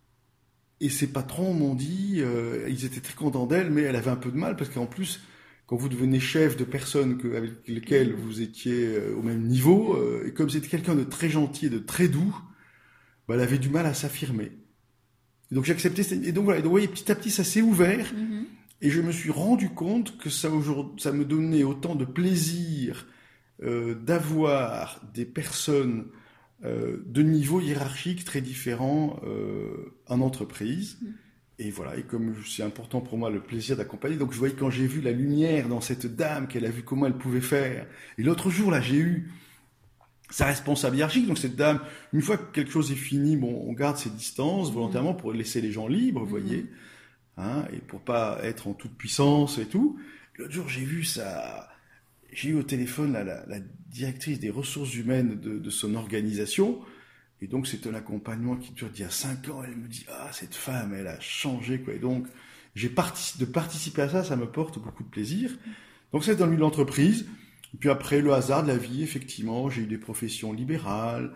Et ses patrons m'ont dit, euh, ils étaient très contents d'elle, mais elle avait un peu de mal parce qu'en plus, quand vous devenez chef de personnes que, avec lesquelles vous étiez euh, au même niveau, euh, et comme c'était quelqu'un de très gentil et de très doux, bah, elle avait du mal à s'affirmer. Et donc j'ai accepté. Et donc voilà. Et donc, vous voyez, petit à petit ça s'est ouvert. Mm-hmm. Et je me suis rendu compte que ça, ça me donnait autant de plaisir euh, d'avoir des personnes euh, de niveau hiérarchique très différents euh, en entreprise. Mmh. Et voilà, et comme c'est important pour moi le plaisir d'accompagner, donc je voyais quand j'ai vu la lumière dans cette dame, qu'elle a vu comment elle pouvait faire. Et l'autre jour, là, j'ai eu sa responsable hiérarchique, donc cette dame, une fois que quelque chose est fini, bon, on garde ses distances volontairement pour laisser les gens libres, vous mmh. voyez. Hein, et pour pas être en toute puissance et tout. L'autre jour, j'ai vu ça, j'ai eu au téléphone la, la, la directrice des ressources humaines de, de son organisation, et donc c'est un accompagnement qui dure d'il y a cinq ans. Elle me dit, ah, cette femme, elle a changé, quoi. Et donc, j'ai participé, de participer à ça, ça me porte beaucoup de plaisir. Donc, c'est dans le milieu de l'entreprise. Et puis après, le hasard de la vie, effectivement, j'ai eu des professions libérales.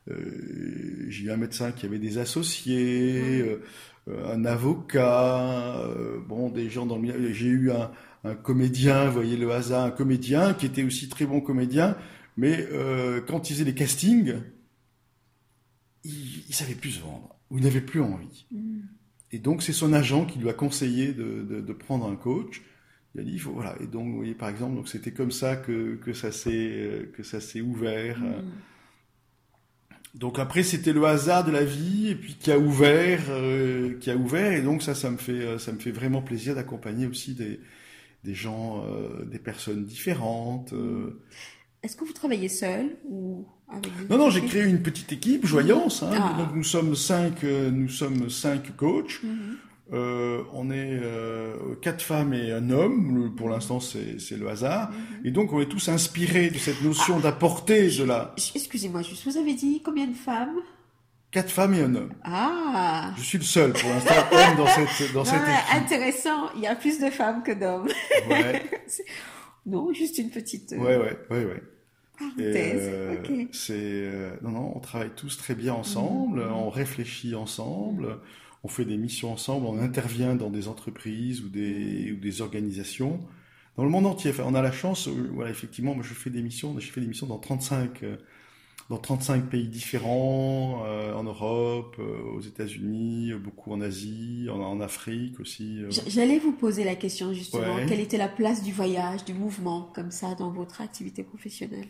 Euh, j'ai eu un médecin qui avait des associés, euh, un avocat, euh, bon, des gens dans le milieu. J'ai eu un, un comédien, vous voyez le hasard, un comédien qui était aussi très bon comédien, mais euh, quand il faisait les castings, il, il savait plus se vendre, ou il n'avait plus envie. Mm. Et donc c'est son agent qui lui a conseillé de, de, de prendre un coach. Il a dit, il faut, voilà. Et donc, vous voyez, par exemple, donc c'était comme ça que que ça s'est que ça s'est ouvert. Mm. Donc après c'était le hasard de la vie et puis qui a ouvert, euh, qui a ouvert et donc ça ça me fait ça me fait vraiment plaisir d'accompagner aussi des des gens, euh, des personnes différentes. Euh. Est-ce que vous travaillez seul ou avec des Non non, j'ai créé une petite équipe, Joyance. Hein, ah. Donc nous sommes cinq, euh, nous sommes cinq coachs. Mm-hmm. Euh, on est euh, quatre femmes et un homme. Pour l'instant, c'est, c'est le hasard. Mm-hmm. Et donc, on est tous inspirés de cette notion ah, d'apporter de la... Excusez-moi, juste, vous avez dit combien de femmes ? Quatre femmes et un homme. Ah. Je suis le seul, pour l'instant, homme dans cette, dans non, cette équipe. Intéressant. Il y a plus de femmes que d'hommes. Ouais. Non, juste une petite... Ouais, ouais, ouais, ouais. Parenthèse, euh, ok. c'est, euh, non, non, on travaille tous très bien ensemble, Mhm. on réfléchit ensemble, on fait des missions ensemble, on intervient dans des entreprises ou des, ou des organisations dans le monde entier. Enfin, on a la chance, euh, voilà, effectivement, moi je fais des missions, je fais des missions dans trente-cinq, euh, dans trente-cinq pays différents, euh, en Europe, euh, aux États-Unis, euh, beaucoup en Asie, en, en Afrique aussi. euh. J- J'allais vous poser la question justement, Ouais. quelle était la place du voyage, du mouvement, comme ça, dans votre activité professionnelle?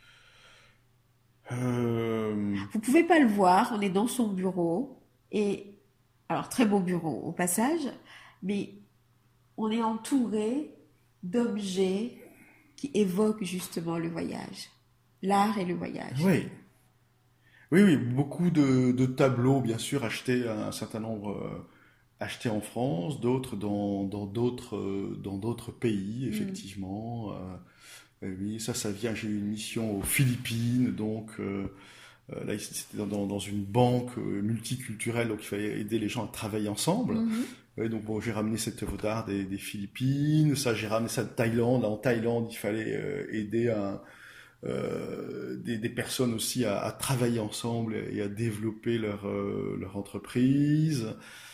Euh, Vous pouvez pas le voir, on est dans son bureau, et, alors très beau bureau au passage, mais on est entouré d'objets qui évoquent justement le voyage, l'art et le voyage. oui, oui, oui, beaucoup de, de tableaux, bien sûr, achetés à un certain nombre, euh, achetés en France, d'autres dans dans d'autres euh, dans d'autres pays, Mm. effectivement. Euh, et oui, ça, ça vient. J'ai eu une mission aux Philippines, donc euh, euh, là, ici, c'était dans, dans, dans une banque euh, multiculturelle, donc il fallait aider les gens à travailler ensemble. Mhm. Ouais, donc bon, j'ai ramené cette œuvre d'art des, des Philippines, ça, j'ai ramené ça de Thaïlande. Là, en Thaïlande, il fallait euh, aider un euh, des, des personnes aussi à, à travailler ensemble et à développer leur, euh, leur entreprise.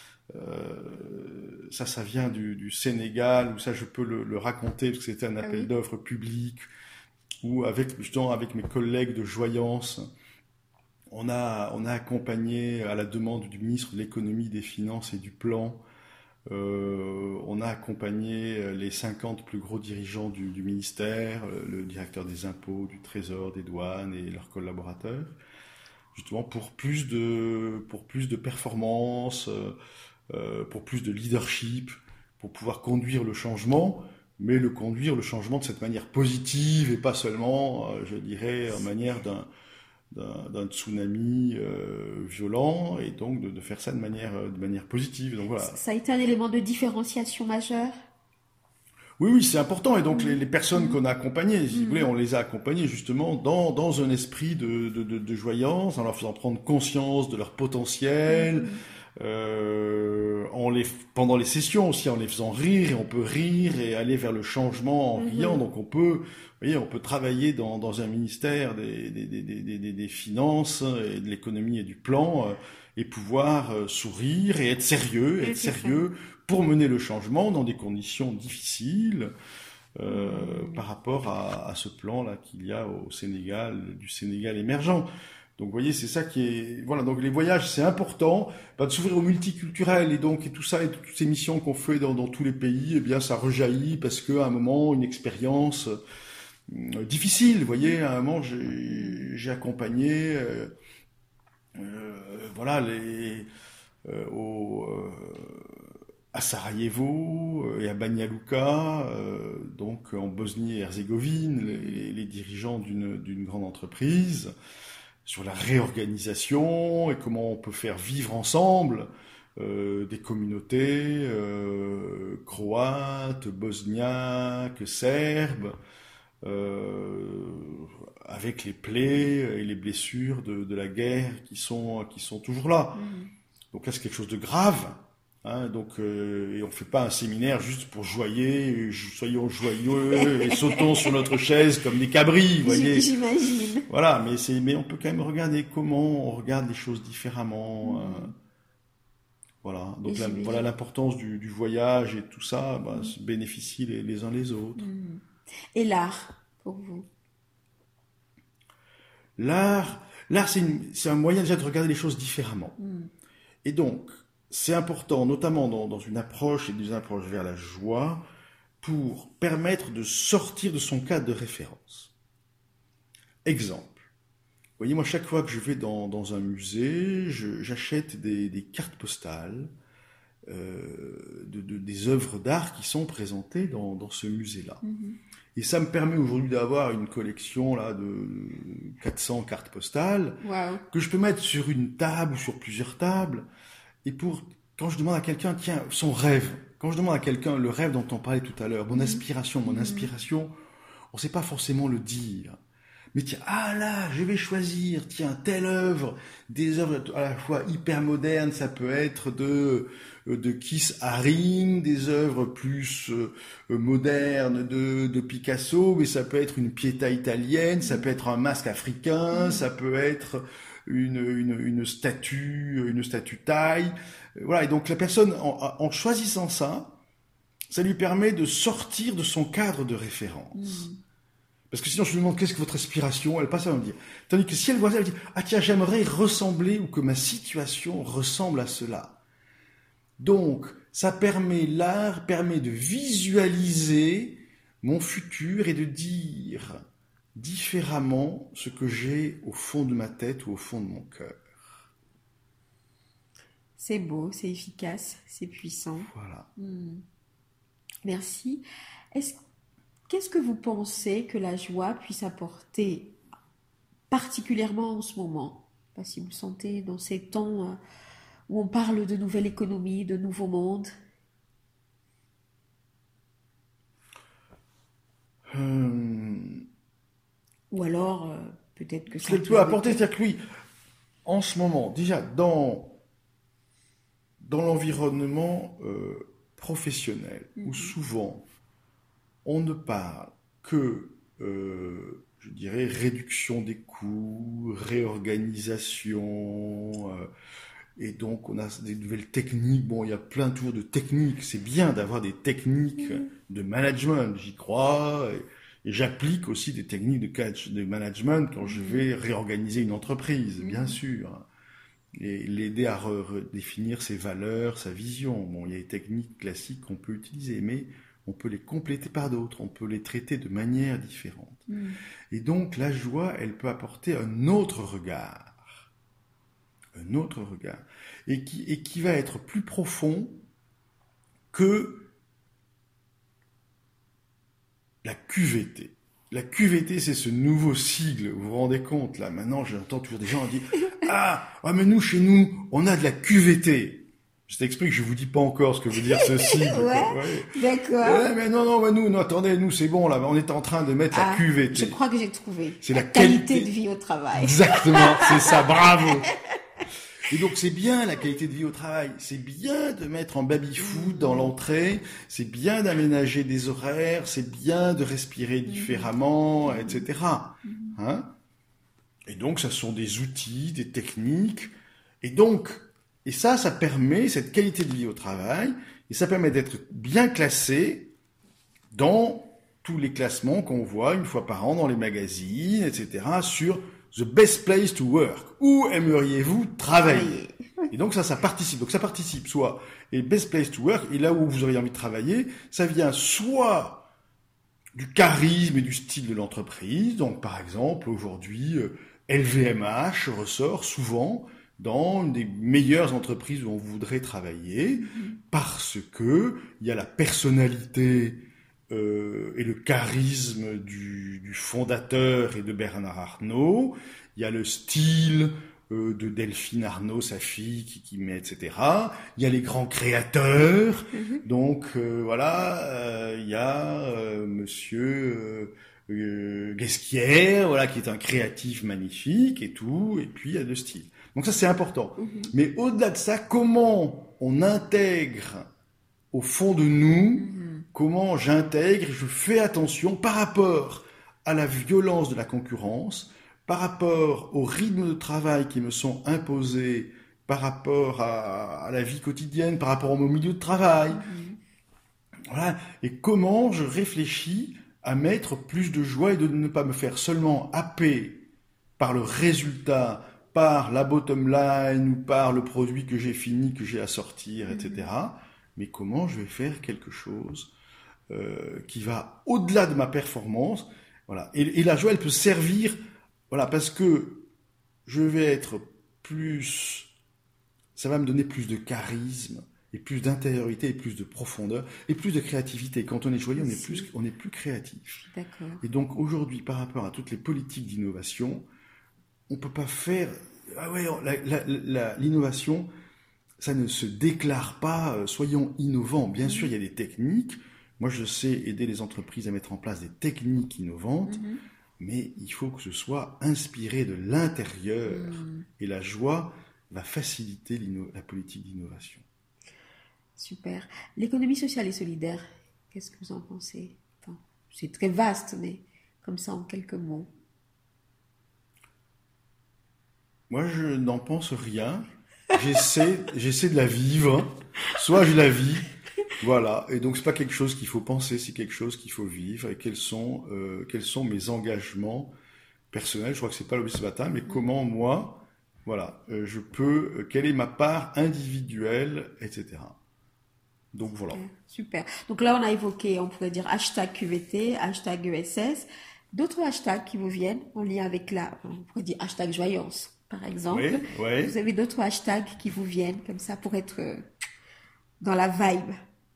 Euh, ça, ça vient du, du Sénégal, où ça, je peux le, le raconter, parce que c'était un Ah appel oui. d'offres public, où avec, justement, avec mes collègues de Joyance, on a, on a accompagné, à la demande du ministre de l'économie, des finances et du plan, euh, on a accompagné les cinquante plus gros dirigeants du, du ministère, le directeur des impôts, du trésor, des douanes et leurs collaborateurs, justement pour plus de, pour plus de performance, euh, pour plus de leadership, pour pouvoir conduire le changement, mais le conduire le changement de cette manière positive et pas seulement, euh, je dirais, en manière d'un d'un, d'un tsunami euh, violent, et donc de, de faire ça de manière, de manière positive. Donc voilà. Ça a été un élément de différenciation majeur. Oui, oui, c'est important. Et donc les, Mhm. les personnes Mhm. qu'on a accompagnées, si vous voulez, Mhm. on les a accompagnées justement dans, dans un esprit de, de, de, de joyance, en leur faisant prendre conscience de leur potentiel, Mhm. euh, en les, pendant les sessions aussi, en les faisant rire, et on peut rire et aller vers le changement en riant. Mhm. Donc on peut, vous voyez, on peut travailler dans, dans un ministère des, des, des, des, des, des finances et de l'économie et du plan, euh, et pouvoir euh, sourire et être sérieux, et Oui, être c'est ça. sérieux pour mener le changement dans des conditions difficiles, euh, Mhm. par rapport à, à ce plan-là qu'il y a au Sénégal, du Sénégal émergent. Donc, vous voyez, c'est ça qui est, voilà. Donc, les voyages, c'est important, bah, de s'ouvrir au multiculturel, et donc, et tout ça, et toutes ces missions qu'on fait dans, dans tous les pays, eh bien, ça rejaillit parce qu'à un moment, une expérience euh, difficile, vous voyez, à un moment, j'ai, j'ai accompagné, euh, euh, voilà, les, euh, au, euh, à Sarajevo euh, et à Banja Luka, euh, donc en Bosnie et Herzégovine, les, les dirigeants d'une d'une grande entreprise, sur la réorganisation et comment on peut faire vivre ensemble euh, des communautés euh, croates, bosniaques, serbes, euh, avec les plaies et les blessures de, de la guerre qui sont, qui sont toujours là. Mhm. Donc là, c'est quelque chose de grave. Hein, donc, euh, et on fait pas un séminaire juste pour joyer, soyons joyeux et sautons sur notre chaise comme des cabris, vous J- voyez. J'imagine. Voilà, mais c'est, mais on peut quand même regarder comment on regarde les choses différemment. euh, Mhm. voilà, Et donc là, voilà j'imagine. l'importance du, du voyage et tout ça, bah, Mhm. se bénéficient les, les uns les autres. Mhm. Et l'art, pour vous? L'art, l'art, c'est, une- c'est un moyen déjà de regarder les choses différemment. Mhm. Et donc, c'est important, notamment dans, dans une approche et une approche vers la joie, pour permettre de sortir de son cadre de référence. Exemple. Vous voyez, moi, chaque fois que je vais dans, dans un musée, je- j'achète des, des cartes postales euh, de, de- des œuvres d'art qui sont présentées dans, dans ce musée-là. Mhm. Et ça me permet aujourd'hui d'avoir une collection là de quatre cents cartes postales Waouh. que je peux mettre sur une table ou sur plusieurs tables. Et pour, quand je demande à quelqu'un, tiens, son rêve, quand je demande à quelqu'un le rêve dont on parlait tout à l'heure, mon Mhm. aspiration, mon Mhm. inspiration, on ne sait pas forcément le dire. Mais tiens, ah là, je vais choisir, tiens, telle œuvre, des œuvres à la fois hyper modernes, ça peut être de de Keith Haring, des œuvres plus euh, modernes de, de Picasso, mais ça peut être une Pietà italienne, ça peut être un masque africain, mmh. ça peut être une, une, une statue, une statue thaï. Voilà, et donc la personne, en, en choisissant ça, ça lui permet de sortir de son cadre de référence. Mmh. Parce que sinon, je lui demande qu'est-ce que votre inspiration, elle passe à me dire. Tandis que si elle voit ça, elle dit ah tiens, j'aimerais ressembler ou que ma situation ressemble à cela. Donc, ça permet, l'art permet de visualiser mon futur et de dire différemment ce que j'ai au fond de ma tête ou au fond de mon cœur. C'est beau, c'est efficace, c'est puissant. Voilà. Mmh. Merci. Est-ce, qu'est-ce que vous pensez que la joie puisse apporter, particulièrement en ce moment ? Pas si vous le sentez dans ces temps où on parle de nouvelle économie, de nouveau monde. Hum... Ou alors, euh, peut-être que ça... Ce qu'elle peut apporter, c'est-à-dire que oui, en ce moment, déjà, dans, dans l'environnement euh, professionnel, mm-hmm. où souvent, on ne parle que, euh, je dirais, réduction des coûts, réorganisation... Euh, Et donc, on a des nouvelles techniques. Bon, il y a plein de tours de techniques. C'est bien d'avoir des techniques mmh. de management, j'y crois. Et, et j'applique aussi des techniques de, catch, de management quand je vais réorganiser une entreprise, mmh. bien sûr. Et l'aider à re- redéfinir ses valeurs, sa vision. Bon, il y a des techniques classiques qu'on peut utiliser, mais on peut les compléter par d'autres. On peut les traiter de manière différente. Mmh. Et donc, la joie, elle peut apporter un autre regard. un autre regard, et qui, et qui va être plus profond que la Q V T. La Q V T, c'est ce nouveau sigle, vous vous rendez compte, là, maintenant, j'entends toujours des gens dire « Ah, ouais, mais nous, chez nous, on a de la Q V T ». Je t'explique, je vous dis pas encore ce que veut dire ce sigle. ouais, ouais, d'accord. Ouais, mais non, non, bah nous, non, attendez, nous, c'est bon, là, on est en train de mettre ah, la Q V T. Je crois que j'ai trouvé. C'est la, la qualité, qualité de vie au travail. Exactement, c'est ça, bravo. Et donc c'est bien la qualité de vie au travail, c'est bien de mettre en baby-foot dans l'entrée, c'est bien d'aménager des horaires, c'est bien de respirer différemment, et cetera. Hein ? Et donc ça sont des outils, des techniques, et donc, et ça, ça permet, cette qualité de vie au travail, et ça permet d'être bien classé dans tous les classements qu'on voit une fois par an dans les magazines, et cetera, sur The best place to work. Où aimeriez-vous travailler ? Et donc ça, ça participe. Donc ça participe soit, et best place to work, et là où vous auriez envie de travailler, ça vient soit du charisme et du style de l'entreprise. Donc par exemple, aujourd'hui, L V M H ressort souvent dans une des meilleures entreprises où on voudrait travailler, mm-hmm. parce que il y a la personnalité Euh, et le charisme du, du fondateur et de Bernard Arnault, il y a le style euh, de Delphine Arnault, sa fille, qui, qui met, et cetera. Il y a les grands créateurs, mm-hmm. donc euh, voilà, euh, il y a euh, Monsieur euh, euh, Guesquière, voilà, qui est un créatif magnifique et tout, et puis il y a le style. Donc ça c'est important. Mm-hmm. Mais au-delà de ça, comment on intègre au fond de nous, mm-hmm. comment j'intègre, je fais attention par rapport à la violence de la concurrence, par rapport au rythme de travail qui me sont imposés, par rapport à, à la vie quotidienne, par rapport au milieu de travail. Mmh. Voilà. Et comment je réfléchis à mettre plus de joie et de ne pas me faire seulement happer par le résultat, par la bottom line ou par le produit que j'ai fini, que j'ai à sortir, mmh. et cetera. Mais comment je vais faire quelque chose euh, qui va au-delà de ma performance, voilà. Et, et la joie, elle peut servir, voilà, parce que je vais être plus, ça va me donner plus de charisme et plus d'intériorité et plus de profondeur et plus de créativité. Quand on est joyeux, on est plus, on est plus créatif. D'accord. Et donc aujourd'hui, par rapport à toutes les politiques d'innovation, on peut pas faire, ah ouais, la, la, la, l'innovation. Ça ne se déclare pas, euh, soyons innovants. Bien mmh. sûr, il y a des techniques. Moi, je sais aider les entreprises à mettre en place des techniques innovantes. Mmh. mais il faut que ce soit inspiré de l'intérieur. Mmh. Et la joie va faciliter la politique d'innovation. Super. L'économie sociale et solidaire, qu'est-ce que vous en pensez? Enfin, c'est très vaste, mais comme ça en quelques mots. Moi, je n'en pense rien. J'essaie, j'essaie de la vivre. Soit je la vis, voilà. Et donc c'est pas quelque chose qu'il faut penser, c'est quelque chose qu'il faut vivre. Et quels sont, euh, quels sont mes engagements personnels? Je crois que c'est pas l'objet ce matin, mais comment moi, voilà, euh, je peux, euh, quelle est ma part individuelle, et cetera. Donc voilà. Super. Donc là, on a évoqué, on pourrait dire hashtag Q V T, hashtag E S S. D'autres hashtags qui vous viennent en lien avec la, on pourrait dire hashtag Joyeuse, par exemple. Oui, oui. Vous avez d'autres hashtags qui vous viennent comme ça pour être dans la vibe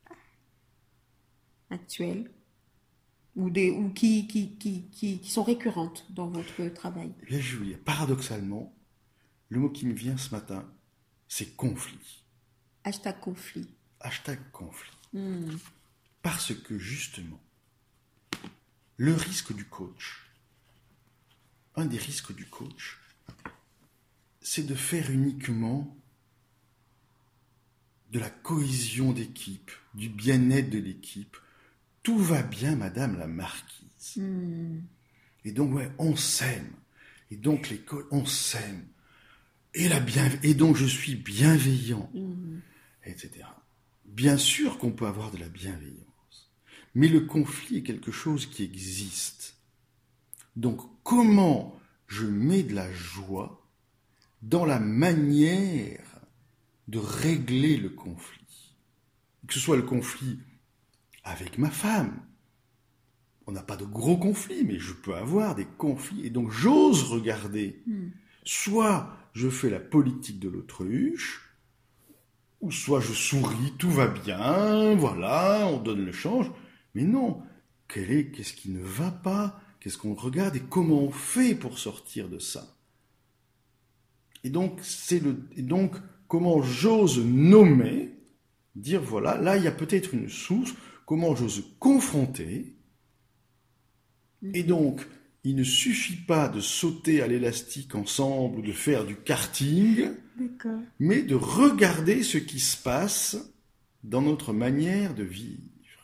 actuelle ou, des, ou qui, qui, qui, qui, qui sont récurrentes dans votre travail? Eh bien, je veux dire, paradoxalement, le mot qui me vient ce matin, c'est conflit. Hashtag conflit. Hashtag conflit. Mm. Parce que justement, le risque du coach, un des risques du coach, c'est de faire uniquement de la cohésion d'équipe, du bien-être de l'équipe. Tout va bien, madame la marquise. Mm. Et donc, ouais, on s'aime. Et donc, les co- on s'aime. Et, la bienve- et donc, je suis bienveillant, Mm. et cetera. Bien sûr qu'on peut avoir de la bienveillance, mais le conflit est quelque chose qui existe. Donc, comment je mets de la joie dans la manière de régler le conflit? Que ce soit le conflit avec ma femme. On n'a pas de gros conflits, mais je peux avoir des conflits. Et donc, j'ose regarder. Mm. Soit je fais la politique de l'autruche, ou soit je souris, tout va bien, voilà, on donne le change. Mais non, quel est, qu'est-ce qui ne va pas? Qu'est-ce qu'on regarde et comment on fait pour sortir de ça? Et donc, c'est le, et donc, comment j'ose nommer, dire voilà, là il y a peut-être une source, comment j'ose confronter. Et donc, il ne suffit pas de sauter à l'élastique ensemble ou de faire du karting, D'accord. mais de regarder ce qui se passe dans notre manière de vivre.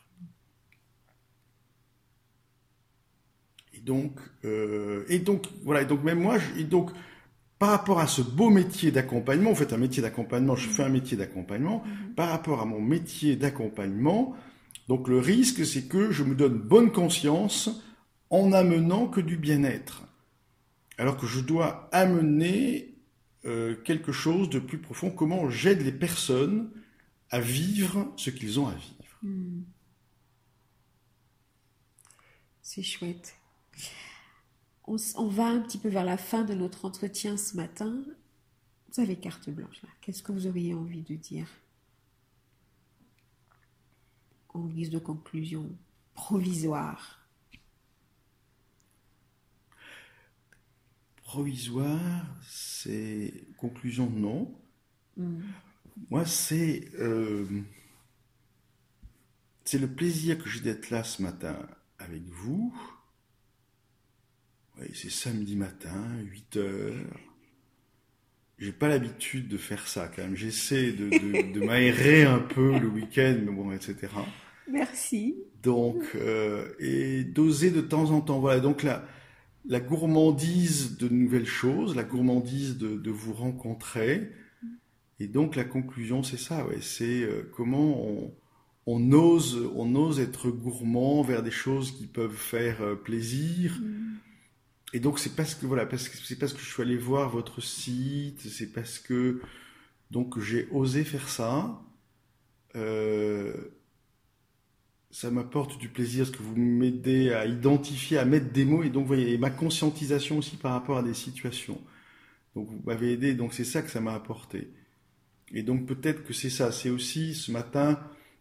Et donc, euh, et donc voilà, et donc même moi, je, et donc par rapport à ce beau métier d'accompagnement, vous faites un métier d'accompagnement, je fais un métier d'accompagnement, mmh. Par rapport à mon métier d'accompagnement, donc le risque, c'est que je me donne bonne conscience en amenant que du bien-être, alors que je dois amener euh, quelque chose de plus profond. Comment j'aide les personnes à vivre ce qu'ils ont à vivre. Mmh. C'est chouette. On, on va un petit peu vers la fin de notre entretien ce matin. Vous avez carte blanche là. Qu'est-ce que vous auriez envie de dire en guise de conclusion provisoire? Provisoire, c'est... Conclusion, non. Mm. Moi, c'est... Euh... C'est le plaisir que j'ai d'être là ce matin avec vous. Oui, c'est samedi matin, huit heures. J'ai pas l'habitude de faire ça quand même. J'essaie de, de, de m'aérer un peu le week-end, mais bon, et cetera. Merci. Donc, euh, et d'oser de temps en temps. Voilà, donc là... La gourmandise de nouvelles choses, la gourmandise de, de vous rencontrer. Et donc la conclusion, c'est ça, ouais, c'est euh, comment on, on, ose, on ose être gourmand vers des choses qui peuvent faire euh, plaisir. Mm. Et donc c'est parce que voilà, parce que c'est parce que je suis allé voir votre site, c'est parce que donc j'ai osé faire ça. Euh, Ça m'apporte du plaisir, parce que vous m'aidez à identifier, à mettre des mots, et donc vous voyez, et ma conscientisation aussi par rapport à des situations. Donc vous m'avez aidé, donc c'est ça que ça m'a apporté. Et donc peut-être que c'est ça, c'est aussi ce matin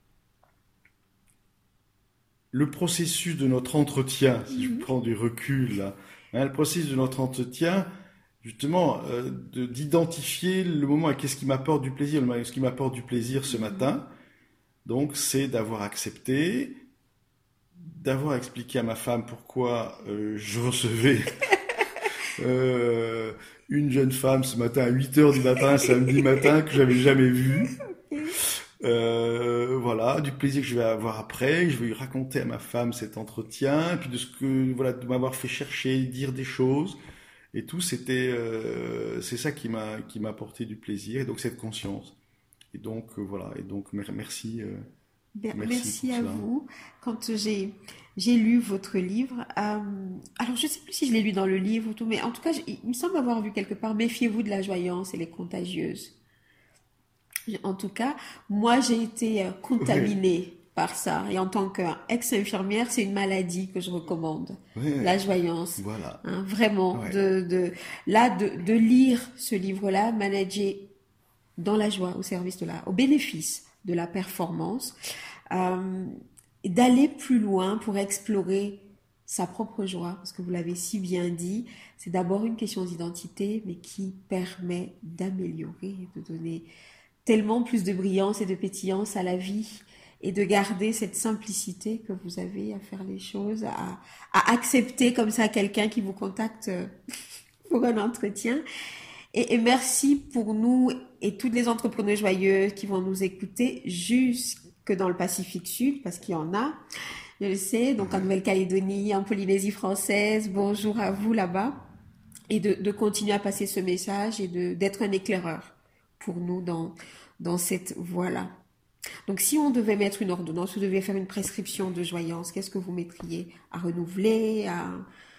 le processus de notre entretien, si je prends du recul là, hein, le processus de notre entretien, justement, euh, de, d'identifier le moment à qu'est-ce qui m'apporte du plaisir, le, ce qui m'apporte du plaisir ce matin. Donc, c'est d'avoir accepté d'avoir expliqué à ma femme pourquoi euh, je recevais euh, une jeune femme ce matin à huit heures du matin, samedi matin, que j'avais jamais vue. Euh, voilà, du plaisir que je vais avoir après. Je vais lui raconter à ma femme cet entretien, et puis de ce que, voilà, de m'avoir fait chercher, dire des choses. Et tout, c'était, euh, c'est ça qui m'a, qui m'a apporté du plaisir, et donc cette conscience. Et donc, euh, voilà, et donc, mer- merci, euh, Bien, merci merci pour à cela. vous. Quand j'ai j'ai lu votre livre, euh, alors je ne sais plus si je l'ai lu dans le livre ou tout, mais en tout cas, je- il me semble avoir vu quelque part, méfiez-vous de la joyance, elle est contagieuse. En tout cas, moi, j'ai été euh, Ouais, contaminée par ça. Et en tant qu'ex-infirmière, c'est une maladie que je recommande. La ouais, joyance. voilà, Hein, vraiment, ouais. de, de, là, de, de lire ce livre-là, manager dans la joie, au service de la, au bénéfice de la performance, euh, et d'aller plus loin pour explorer sa propre joie, parce que vous l'avez si bien dit, c'est d'abord une question d'identité, mais qui permet d'améliorer, de donner tellement plus de brillance et de pétillance à la vie et de garder cette simplicité que vous avez à faire les choses, à, à accepter comme ça quelqu'un qui vous contacte pour un entretien. Et, et merci pour nous et toutes les entrepreneurs joyeux qui vont nous écouter jusque dans le Pacifique Sud, parce qu'il y en a, je le sais, donc en Ouais. Nouvelle-Calédonie, en Polynésie française, bonjour à vous là-bas, et de, de continuer à passer ce message et de, d'être un éclaireur pour nous dans, dans cette voie-là. Donc, si on devait mettre une ordonnance, vous deviez faire une prescription de joyance, qu'est-ce que vous mettriez à renouveler, à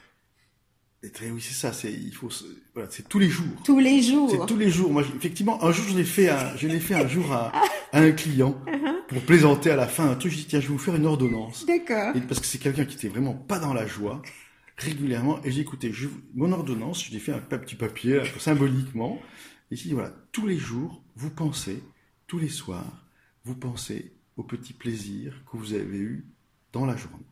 Et très- oui, c'est ça. C'est, il faut, se- voilà, c'est tous les jours. tous les C'est jours? tous les jours. Moi, j'- effectivement, un jour, je l'ai fait, un, je l'ai fait un jour à, à un client pour plaisanter à la fin un truc. Je dis tiens, je vais vous faire une ordonnance. D'accord. Et parce que c'est quelqu'un qui était vraiment pas dans la joie régulièrement. Et j'ai écouté, je, mon ordonnance, je l'ai fait un petit papier un peu symboliquement. Et j'ai dit voilà, tous les jours, vous pensez, tous les soirs, vous pensez aux petits plaisirs que vous avez eus dans la journée.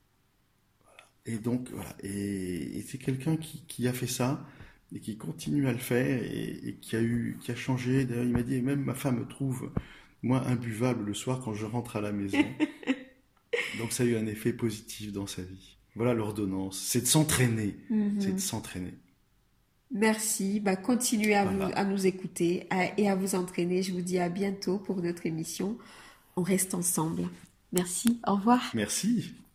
Et donc, voilà. Et, et c'est quelqu'un qui, qui a fait ça et qui continue à le faire et, et qui a eu, qui a changé. D'ailleurs, il m'a dit, même ma femme me trouve, moi, imbuvable le soir quand je rentre à la maison. Donc, ça a eu un effet positif dans sa vie. Voilà l'ordonnance. C'est de s'entraîner. C'est de Mhm. s'entraîner. Merci. Bah, continuez à, vous, Voilà. à nous écouter à- et à vous entraîner. Je vous dis à bientôt pour notre émission. On reste ensemble. Merci. Au revoir. Merci.